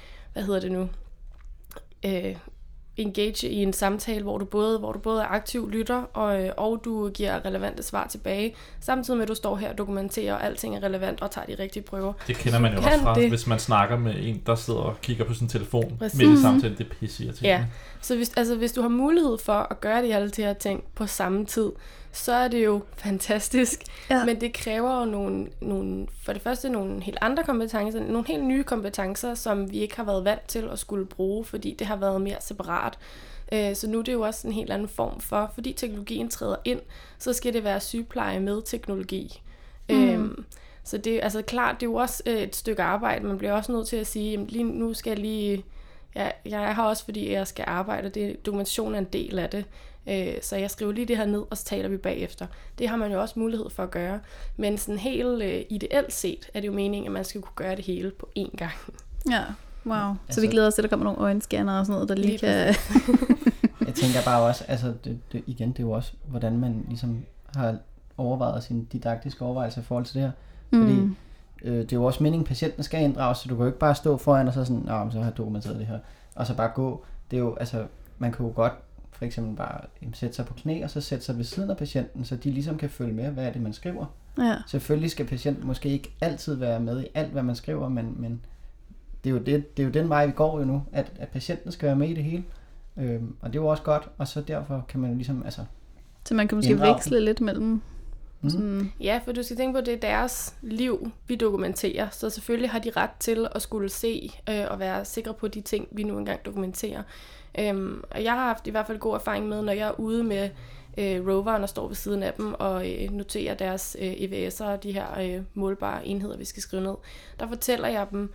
engage i en samtale, hvor du både er aktiv lytter, og du giver relevante svar tilbage, samtidig med at du står her og dokumenterer, og alting er relevant, og tager de rigtige prøver. Det kender man jo også fra, hvis man snakker med en, der sidder og kigger på sin telefon midt i samtalen. Det er pisseirriterende. Ja, så hvis du har mulighed for at gøre alle de her ting på samme tid, så er det jo fantastisk. Ja. Men det kræver jo for det første nogle helt andre kompetencer, nogle helt nye kompetencer, som vi ikke har været vant til at skulle bruge, fordi det har været mere separat. Så nu er det jo også en helt anden form for, fordi teknologien træder ind, så skal det være sygepleje med teknologi. Så det er altså klart, det er jo også et stykke arbejde. Man bliver også nødt til at sige, jamen, lige nu skal jeg lige... Jeg er her også, fordi jeg skal arbejde, og dokumentation er en del af det. Så jeg skriver lige det her ned, og så taler vi bagefter. Det har man jo også mulighed for at gøre. Men sådan helt ideelt set er det jo meningen, at man skal kunne gøre det hele på én gang. Ja, wow. Så vi glæder os til, at der kommer nogle øjenscanner og sådan noget, der lige kan... Jeg tænker bare også, altså det er jo også, hvordan man ligesom har overvejet sine didaktiske overvejelser i forhold til det her. Fordi det er jo også meningen, at patienten skal inddrages, så du kan jo ikke bare stå foran og så sådan, så har jeg dokumenteret det her, og så bare gå. Det er jo, altså, man kan jo godt for eksempel bare sætte sig på knæ, og så sætte sig ved siden af patienten, så de ligesom kan følge med, hvad er det, man skriver. Ja. Selvfølgelig skal patienten måske ikke altid være med i alt, hvad man skriver, men det er jo den vej, vi går jo nu, at patienten skal være med i det hele. Og det er jo også godt, og så derfor kan man jo ligesom, altså... Så man kan måske veksle lidt mellem... Ja, for du skal tænke på, at det er deres liv, vi dokumenterer, så selvfølgelig har de ret til at skulle se og være sikre på de ting, vi nu engang dokumenterer. Og jeg har haft i hvert fald god erfaring med, når jeg er ude med roveren og står ved siden af dem og noterer deres EVS'er og de her målbare enheder, vi skal skrive ned. Der fortæller jeg dem,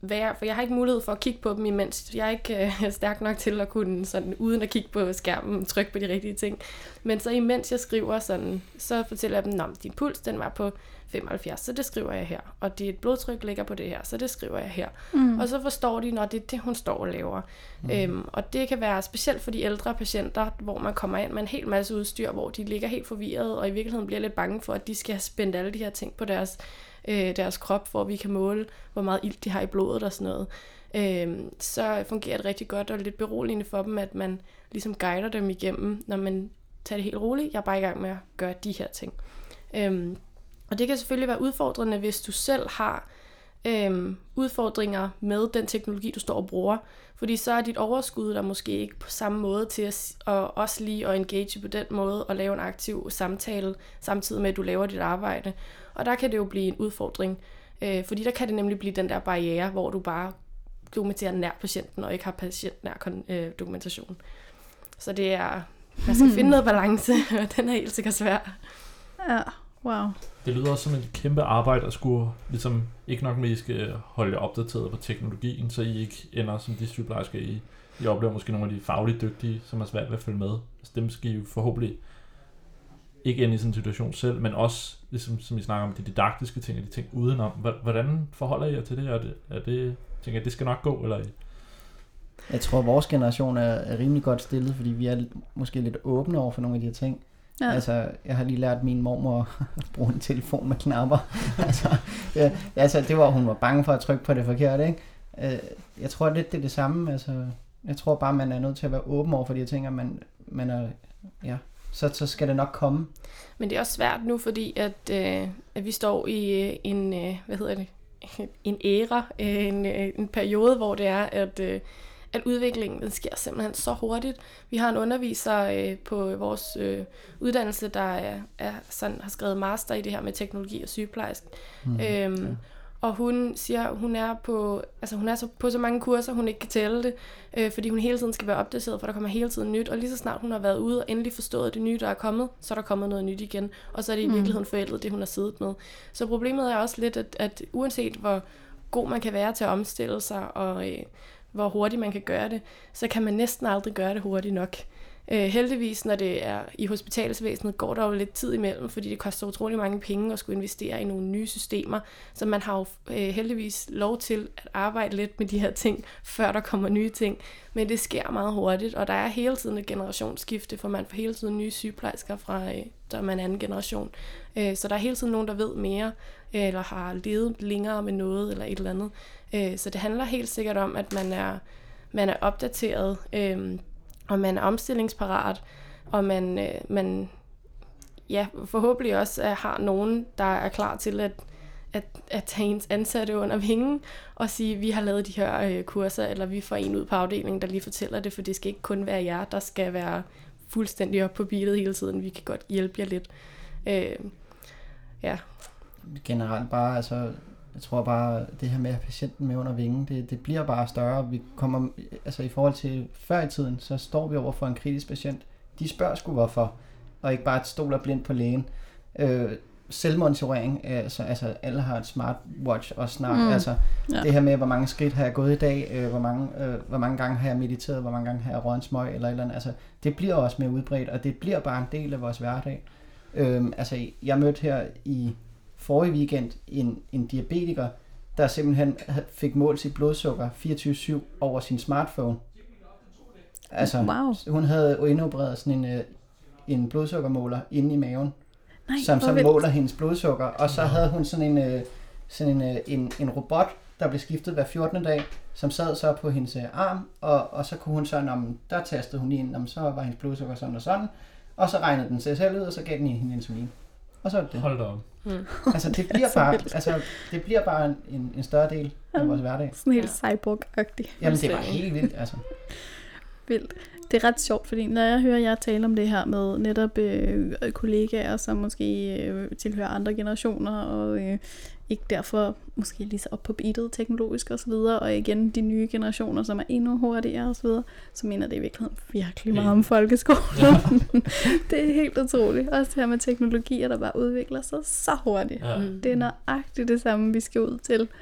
være, for jeg har ikke mulighed for at kigge på dem imens. Jeg er ikke stærk nok til at kunne sådan, uden at kigge på skærmen, trykke på de rigtige ting. Men så imens jeg skriver sådan, så fortæller jeg dem, at din puls, den var på 75, så det skriver jeg her. Og dit blodtryk ligger på det her, så det skriver jeg her. Og så forstår de, når det er det, hun står og laver. Og det kan være specielt for de ældre patienter, hvor man kommer ind med en hel masse udstyr, hvor de ligger helt forvirret, og i virkeligheden bliver lidt bange for, at de skal have spændt alle de her ting på deres krop, hvor vi kan måle, hvor meget ilt de har i blodet og sådan noget. Så fungerer det rigtig godt og lidt beroligende for dem, at man ligesom guider dem igennem, når man tager det helt roligt. Jeg er bare i gang med at gøre de her ting. Og det kan selvfølgelig være udfordrende, hvis du selv har udfordringer med den teknologi, du står og bruger. Fordi så er dit overskud der måske ikke på samme måde til at også lige at engage på den måde og lave en aktiv samtale, samtidig med at du laver dit arbejde. Og der kan det jo blive en udfordring. Fordi der kan det nemlig blive den der barriere, hvor du bare dokumenterer nær patienten og ikke har patientnær dokumentation. Så det er, man skal finde noget balance, og den er helt sikkert svær. Ja, wow. Det lyder også som et kæmpe arbejde at skulle, ligesom, ikke nok med, at I skal holde jer opdateret på teknologien, så I ikke ender som de sygeplejersker, I oplever måske nogle af de fagligt dygtige, som er svært ved at følge med. Altså dem skal I jo forhåbentlig ikke ende i sådan en situation selv, men også, ligesom, som I snakker om, de didaktiske ting og de ting udenom. Hvordan forholder I jer til det? Er det tænker jeg, det skal nok gå, eller? Jeg tror, at vores generation er rimelig godt stillet, fordi vi er måske lidt åbne over for nogle af de her ting. Ja. Altså, jeg har lige lært min mormor at bruge en telefon med knapper. altså, det var, hun var bange for at trykke på det forkerte, ikke? Jeg tror lidt, det er det samme. Altså, jeg tror bare, man er nødt til at være åben over for de her ting, og man er, ja, så skal det nok komme. Men det er også svært nu, fordi at vi står i en æra, en periode, hvor det er, at udviklingen den sker simpelthen så hurtigt. Vi har en underviser på vores uddannelse, der sådan, har skrevet master i det her med teknologi og sygeplejerske. Og hun siger, hun er på så mange kurser, hun ikke kan tælle det, fordi hun hele tiden skal være opdateret, for der kommer hele tiden nyt. Og lige så snart hun har været ude og endelig forstået det nye, der er kommet, så er der kommet noget nyt igen. Og så er det i virkeligheden forældet, det hun har siddet med. Så problemet er også lidt, at uanset hvor god man kan være til at omstille sig, og hvor hurtigt man kan gøre det, så kan man næsten aldrig gøre det hurtigt nok. Heldigvis, når det er i hospitalsvæsenet, går der jo lidt tid imellem, fordi det koster utrolig mange penge at skulle investere i nogle nye systemer, så man har jo heldigvis lov til at arbejde lidt med de her ting, før der kommer nye ting. Men det sker meget hurtigt, og der er hele tiden et generationsskifte, for man får hele tiden nye sygeplejersker fra, der er man anden generation. Så der er hele tiden nogen, der ved mere, eller har levet længere med noget, eller et eller andet. Så det handler helt sikkert om, at man er opdateret, og man er omstillingsparat, og man forhåbentlig også har nogen, der er klar til at tage ens ansatte under vingen og sige, vi har lavet de her kurser, eller vi får en ud på afdelingen, der lige fortæller det, for det skal ikke kun være jer, der skal være fuldstændig op på beatet hele tiden. Vi kan godt hjælpe jer lidt. Ja. Generelt bare, altså, jeg tror bare, det her med at have patienten med under vingen, det bliver bare større. Vi kommer, altså i forhold til før i tiden, så står vi over for en kritisk patient. De spørger sgu hvorfor, og ikke bare stoler blindt på lægen. Selvmonitorering, altså alle har et smartwatch og snart, altså det her med, hvor mange skridt har jeg gået i dag, hvor mange gange har jeg mediteret, hvor mange gange har jeg røget en smøg, eller et eller andet, altså det bliver også mere udbredt, og det bliver bare en del af vores hverdag. Altså jeg mødte her i forrige weekend en diabetiker, der simpelthen fik målt sit blodsukker 24/7 over sin smartphone. Altså, hun havde indopereret sådan en blodsukkermåler inde i maven, som så måler hendes blodsukker, og så havde hun sådan en robot, der blev skiftet hver 14. dag, som sad så på hendes arm, og så kunne hun sådan, der tastede hun ind, så var hendes blodsukker sådan og sådan, og så regnede den sig selv ud, og så gav den hende insulin. Og så er det. Hold da op. Altså det bliver bare en større del af vores hverdag. Sådan helt cyborg-agtigt. Jamen det var helt vildt, altså. Vildt. Det er ret sjovt, fordi når jeg hører jer tale om det her med netop kollegaer, som måske tilhører andre generationer, og ikke derfor måske lige så op på beatet teknologisk og så videre, og igen de nye generationer, som er endnu hurtigere og så videre, så mener det i virkeligheden virkelig meget om folkeskolen. Ja. Det er helt utroligt. Også det her med teknologier, der bare udvikler sig så hurtigt. Ja. Det er nøjagtigt det samme, vi skal ud til.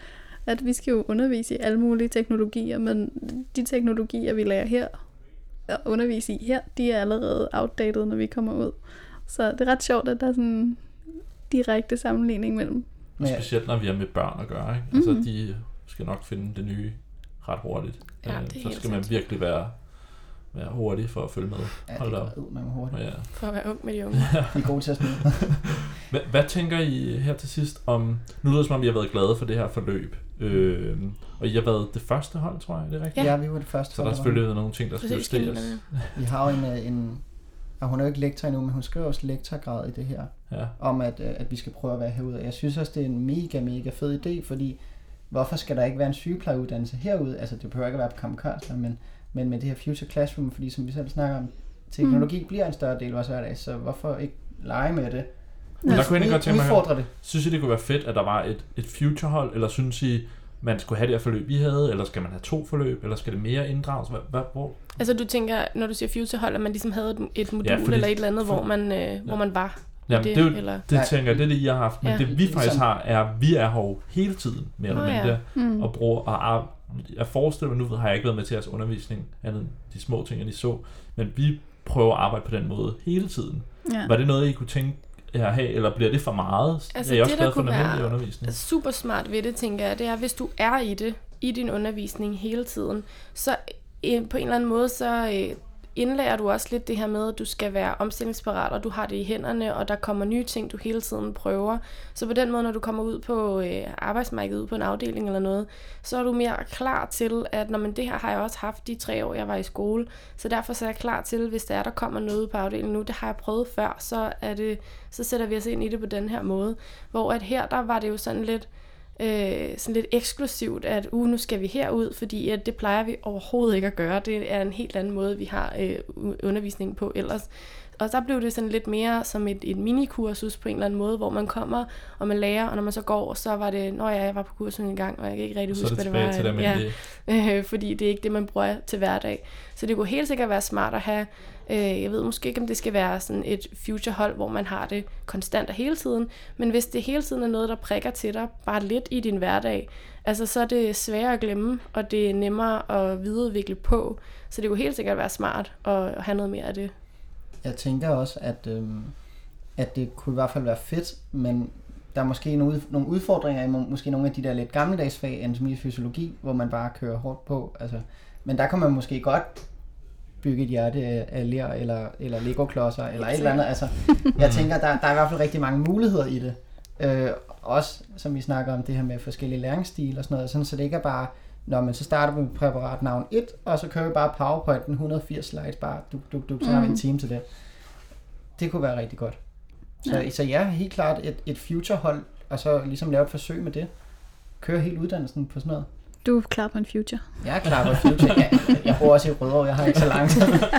at vi skal jo undervise i alle mulige teknologier, men de teknologier, vi lærer her, og undervise i her, de er allerede outdated, når vi kommer ud. Så det er ret sjovt, at der er sådan en direkte sammenligning mellem. Specielt når vi er med børn at gøre, ikke? Altså, de skal nok finde det nye ret hurtigt. Ja, så skal man virkelig være hurtig for at følge med. Ja, det er man hurtigt. Ja. For at være ung med de unge. Vi er gode til at smide. Hvad tænker I her til sidst om, nu lyder det som om I har været glade for det her forløb, og I har været det første hold, tror jeg, det er rigtigt? Ja, vi var det første hold. Så der er selvfølgelig været nogle ting, der skal justeres. Vi har jo og hun er jo ikke lektor endnu, men hun skriver også lektorgrad i det her, om at vi skal prøve at være herude. Jeg synes også, det er en mega fed idé, fordi hvorfor skal der ikke være en sygeplejeuddannelse herude? Altså, det behøver ikke at være på Kamikaze, men med det her Future Classroom, fordi som vi selv snakker om, teknologi bliver en større del af vores hverdag, så hvorfor ikke lege med det? Men der kunne jeg godt tænke mig det. Synes I, det kunne være fedt, at der var et future-hold, eller synes I, man skulle have det her forløb, vi havde, eller skal man have 2 forløb, eller skal det mere inddrages? Hvor? Altså du tænker, når du siger future-hold, at man ligesom havde et modul eller et eller andet, hvor man var? Jamen, det tænker jeg, det er det, I har haft, men det vi faktisk har, er, vi er her hele tiden, mere eller mindre, og bruger, og jeg forestiller mig, nu har jeg ikke været med til jeres undervisning, andet end de små ting, I så, men vi prøver at arbejde på den måde hele tiden. Ja. Var det noget, I kunne tænke jer at have, eller bliver det for meget? Altså, er I også det, glad for den almindelige undervisning? Super smart ved det, tænker jeg, det er, hvis du er i det, i din undervisning hele tiden, så på en eller anden måde, så indlærer du også lidt det her med, at du skal være omstillingsparat, og du har det i hænderne, og der kommer nye ting, du hele tiden prøver. Så på den måde, når du kommer ud på arbejdsmarkedet, ud på en afdeling eller noget, så er du mere klar til, at det her har jeg også haft de 3 år, jeg var i skole. Så derfor så er jeg klar til, hvis der kommer noget på afdelingen nu, det har jeg prøvet før, så sætter vi os ind i det på den her måde. Hvor at her, der var det jo sådan lidt eksklusivt, at nu skal vi herud, fordi at det plejer vi overhovedet ikke at gøre. Det er en helt anden måde, vi har undervisning på ellers. Og så blev det sådan lidt mere som et minikursus på en eller anden måde, hvor man kommer, og man lærer, og når man så går, så var det, jeg var på kursen en gang, og jeg kan ikke rigtig huske, hvad det var. Fordi det er ikke det, man bruger til hverdag. Så det kunne helt sikkert være smart at have, jeg ved måske ikke, om det skal være sådan et future-hold, hvor man har det konstant og hele tiden, men hvis det hele tiden er noget, der prikker til dig, bare lidt i din hverdag, altså så er det sværere at glemme, og det er nemmere at videreudvikle på. Så det kunne helt sikkert være smart at have noget mere af det. Jeg tænker også, at det kunne i hvert fald være fedt, men der er måske nogle udfordringer i måske nogle af de der lidt gammeldags fag, anatomi og fysiologi, hvor man bare kører hårdt på. Altså, men der kan man måske godt bygge et hjerte af ler eller Lego-klodser eller et eller andet. Altså, jeg tænker, der er i hvert fald rigtig mange muligheder i det. Også, som vi snakker om, det her med forskellige læringsstil og sådan noget, sådan, så det ikke er bare, men så starter vi med præparat navn 1, og så kører vi bare PowerPoint 180 slides, bare så har vi en time til det. Det kunne være rigtig godt. Så ja, helt klart et future-hold, og så ligesom lave et forsøg med det. Køre hele uddannelsen på sådan noget. Du er klar på en future. Jeg er klar på en future. Jeg bor også i Rødovre, jeg har ikke så langt.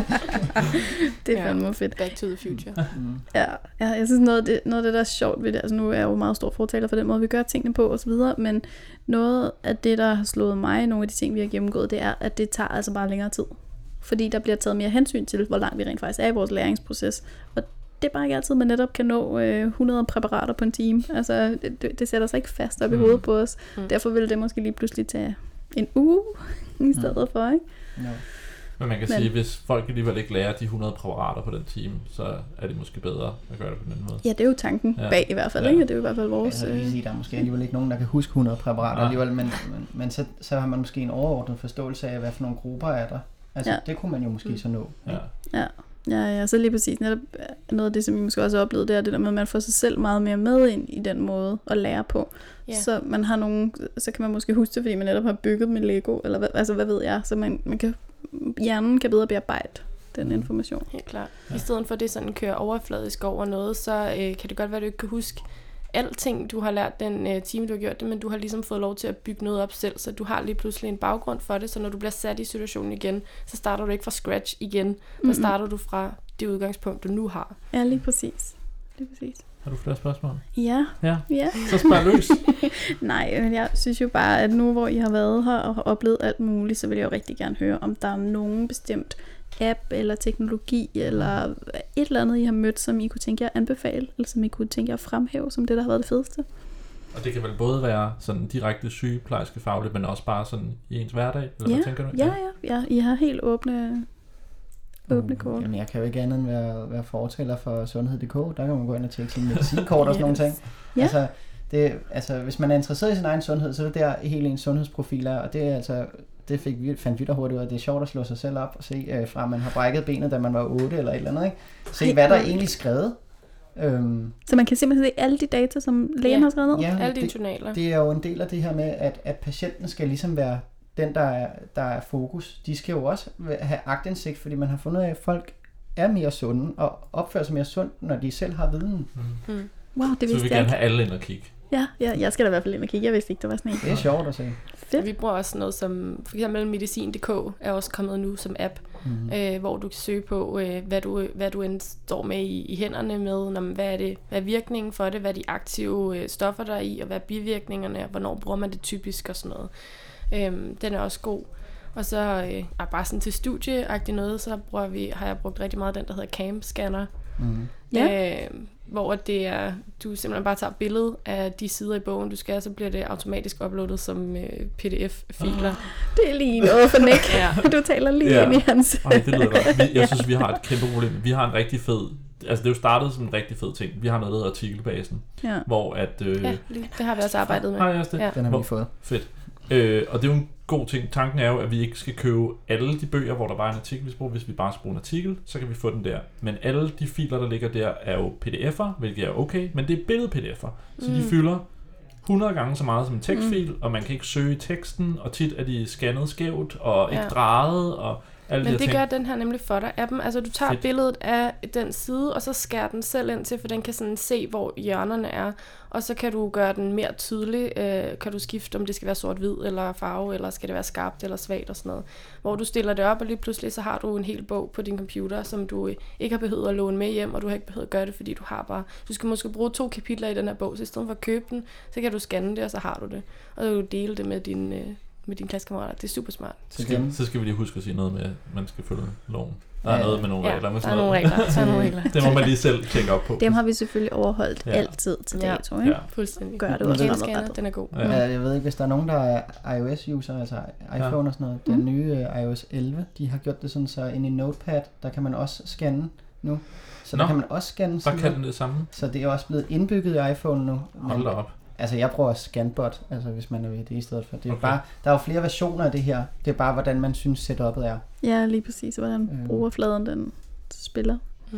Det er fandme fedt. Back to the future. Ja, jeg synes noget af det, der er sjovt ved det, altså nu er jeg jo meget stor fortaler for den måde, vi gør tingene på osv., men noget af det, der har slået mig, nogle af de ting, vi har gennemgået, det er, at det tager altså bare længere tid. Fordi der bliver taget mere hensyn til, hvor langt vi rent faktisk er i vores læringsproces. Og det er bare ikke altid, man netop kan nå 100 præparater på en time. Altså, det sætter sig ikke fast op i hovedet på os. Derfor vil det måske lige pludselig tage en uge i stedet for, ikke? No. Men man kan sige, hvis folk alligevel ikke lærer de 100 præparater på den time, så er det måske bedre at gøre det på den måde. Ja, det er jo tanken bag i hvert fald, ikke? Det er jo i hvert fald vores... Altså, der er måske alligevel ikke nogen, der kan huske 100 præparater alligevel, men så har man måske en overordnet forståelse af, hvad for nogle grupper er der. Altså, det kunne man jo måske så nå. Ja, så lige præcis. Netop noget af det, som vi måske også har oplevet, det er det der med, at man får sig selv meget mere med ind i den måde at lære på. Yeah. Så man har så kan man måske huske det, fordi man netop har bygget med Lego, eller hvad ved jeg. Så hjernen kan bedre bearbejde den information. Helt klart. I stedet for det sådan kører overfladisk over noget, så kan det godt være, at du ikke kan huske alting, du har lært den time, du har gjort det, men du har ligesom fået lov til at bygge noget op selv, så du har lige pludselig en baggrund for det, så når du bliver sat i situationen igen, så starter du ikke fra scratch igen, så starter du fra det udgangspunkt, du nu har. Ja, lige præcis. Har du flere spørgsmål? Ja. Så spørg løs. Nej, men jeg synes jo bare, at nu hvor I har været her og har oplevet alt muligt, så vil jeg jo rigtig gerne høre, om der er nogen bestemt app eller teknologi eller et eller andet, I har mødt, som I kunne tænke jer at anbefale, eller som I kunne tænke jer at fremhæve som det, der har været det fedeste? Og det kan vel både være sådan direkte sygeplejerske fagligt, men også bare sådan i ens hverdag? Eller hvad tænker du? Ja. I har helt åbne kort. Jamen, jeg kan jo ikke andet end være fortæller for sundhed.dk. Der kan man gå ind og tjekke sin medicinkort og sådan nogle ting. Ja. Altså, hvis man er interesseret i sin egen sundhed, så er det der hele ens sundhedsprofil er, og det er altså... Det fandt vi da hurtigt ud af. Det er sjovt at slå sig selv op og se, fra man har brækket benet, da man var 8 eller et eller andet. Ikke? Se, hvad der er egentlig skrevet. Så man kan simpelthen se alle de data, som lægen har skrevet ned? Ja, alle de journaler. Det er jo en del af det her med, at patienten skal ligesom være den, der er fokus. De skal jo også have aktindsigt, fordi man har fundet af, at folk er mere sunde og opfører sig mere sundt, når de selv har viden. Wow, det vidste jeg ikke. Så vi gerne have alle ind og kigge. Ja, jeg skal da i hvert fald ind og kigge. Jeg vidste ikke, der var sådan en. Det er sjovt at se. Fedt. Vi bruger også noget som, for eksempel medicin.dk er også kommet nu som app, hvor du kan søge på, hvad du end står med i hænderne med, hvad er virkningen for det, hvad er de aktive stoffer, der er i, og hvad er bivirkningerne, og hvornår bruger man det typisk og sådan noget. Den er også god. Og så bare sådan til studieagtigt noget, så har jeg brugt rigtig meget den, der hedder CAM-scanner. Hvor det er, du simpelthen bare tager billede af de sider i bogen, du skal, så bliver det automatisk uploadet som pdf-filer. Det er lige noget for Nick. Du taler lige ind i hans... Det lyder godt. Jeg synes, vi har et kæmpe problem. Vi har en rigtig fed... Altså, det er jo startet som en rigtig fed ting. Vi har noget, der hedder artikelbasen, hvor at... det har vi også arbejdet med. Den har vi fået. Fedt. Og det er jo en god ting. Tanken er jo, at vi ikke skal købe alle de bøger, hvor der bare er en artikel, hvis vi bare skal bruge en artikel, så kan vi få den der. Men alle de filer, der ligger der, er jo pdf'er, hvilket er okay, men det er billed-pdf'er. Så de fylder 100 gange så meget som en tekstfil, og man kan ikke søge i teksten, og tit er de scannet skævt, og ikke drejet, og alle men de det ting. gør den her nemlig for dig, appen. Altså du tager billedet af den side, og så skærer den selv ind til, for den kan sådan se, hvor hjørnerne er. Og så kan du gøre den mere tydelig. Kan du skifte, om det skal være sort-hvid, eller farve, eller skal det være skarpt, eller svagt og sådan noget. Hvor du stiller det op, og lige pludselig så har du en hel bog på din computer, som du ikke har behøvet at låne med hjem, og du har ikke behøvet at gøre det, fordi du har bare... Du skal måske bruge 2 kapitler i den her bog, så i stedet for at købe den, så kan du scanne det, og så har du det. Og så kan du dele det med dine klassekammerater. Det er super smart. Så skal vi lige huske at sige noget med, at man skal følge loven. Der er noget med nogle regler. Der er nogle regler. Det må man lige selv tjekke op på. Dem har vi selvfølgelig overholdt altid til dato, ikke? Ja, fuldstændig. Gør det også fremadrettet. Den er god. Jeg ved ikke, hvis der er nogen, der er iOS-user, altså iPhone og sådan noget, den nye iOS 11, de har gjort det sådan, så inde i Notepad, der kan man også scanne nu. Så der kan man også scanne. Der kan den det samme. Så det er også blevet indbygget i iPhone nu. Hold da op. Altså, jeg bruger Scanbot, altså hvis man vil det i stedet for. Det er bare, der er jo flere versioner af det her. Det er bare, hvordan man synes setupet er. Ja, lige præcis. Hvordan brugerfladen den spiller.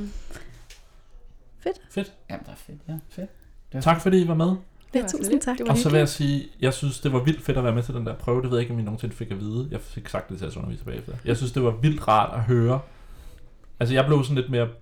Fedt. Jamen, det er fedt, ja. Fedt. Tak fordi I var med. Ja, tusind tak. Og så vil jeg sige, jeg synes, det var vildt fedt at være med til den der prøve. Det ved jeg ikke, om I nogensinde fik at vide. Jeg fik sagt det til at undervise bagefter. Jeg synes, det var vildt rart at høre. Altså, jeg blev sådan lidt mere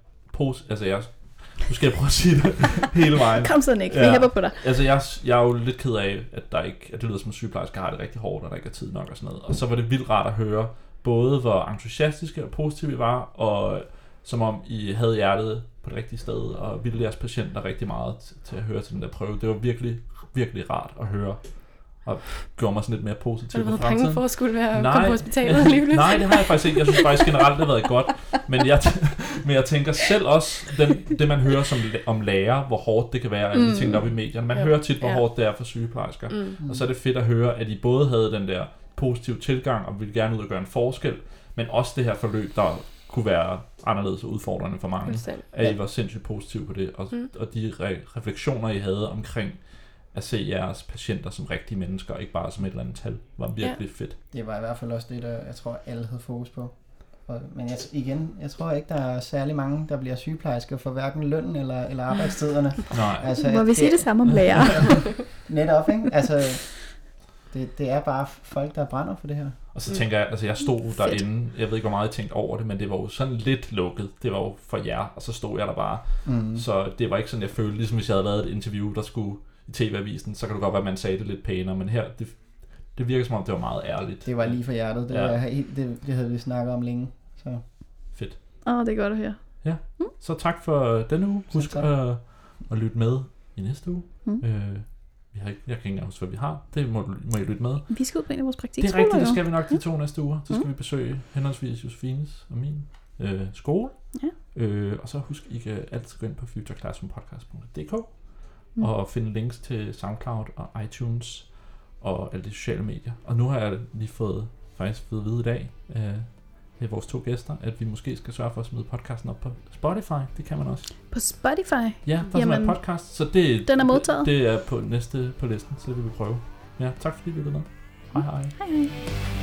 nu skal jeg prøve at sige det hele vejen. Kom så, Nick. Vi hæpper på dig. Altså, jeg er jo lidt ked af, at det lyder som en sygeplejerske har det rigtig hårdt, og der ikke er tid nok og sådan noget. Og så var det vildt rart at høre, både hvor entusiastiske og positive I var, og som om I havde hjertet på det rigtige sted, og ville jeres patienter rigtig meget til at høre til den der prøve. Det var virkelig, virkelig rart at høre, og gjorde mig sådan lidt mere positiv på fremtiden. Har du været bange for at skulle komme på hospitalet lige Nej, det har jeg faktisk ikke. Jeg synes faktisk generelt, det har været godt. Men jeg tænker selv også, det man hører om læger, hvor hårdt det kan være, alle de ting, der er i medierne. Man hører tit, hvor hårdt det er for sygeplejersker. Og så er det fedt at høre, at I både havde den der positive tilgang, og ville gerne ud og gøre en forskel, men også det her forløb, der kunne være anderledes og udfordrende for mange. At I var sindssygt positive på det, og de refleksioner, I havde omkring at se jeres patienter som rigtige mennesker, ikke bare som et eller andet tal, var virkelig fedt. Det var i hvert fald også det, der jeg tror, alle havde fokus på. Men jeg tror ikke, der er særlig mange, der bliver sygeplejersker for hverken lønnen eller arbejdstiderne. Nej. Altså, må vi sige det samme om lærer? Netop, ikke? Altså, det er bare folk, der brænder for det her. Og så tænker jeg, altså jeg stod derinde, jeg ved ikke, hvor meget jeg tænkte over det, men det var jo sådan lidt lukket. Det var jo for jer, og så stod jeg der bare. Så det var ikke sådan, jeg følte, ligesom hvis jeg havde været et interview, der skulle i TV-avisen, så kan det godt være, at man sagde det lidt pænere, men her, det virker som om, det var meget ærligt. Det var lige for hjertet, det havde vi snakket om længe. Så. Fedt. Det er godt at høre. Ja, så tak for denne uge. Husk at lytte med i næste uge. Jeg kan ikke engang huske, hvad vi har. Det må I lytte med. Vi skal ud på en af vores praktikskoler. Det er rigtigt, det skal vi nok de 2 næste uger. Så skal vi besøge henholdsvis Josefines og min skole. Ja. Og så husk, I kan altid gå ind på futureclassroompodcast.dk og finde links til SoundCloud og iTunes og alle de sociale medier. Og nu har jeg lige fået faktisk fået at vide i dag, det er vores 2 gæster, at vi måske skal sørge for at smide podcasten op på Spotify. Det kan man også. På Spotify? Ja, der er en podcast. Så den er modtaget? Det er på næste på listen, så det vil vi prøve. Ja, tak fordi I lyttede med. Hej hej. Hej hej.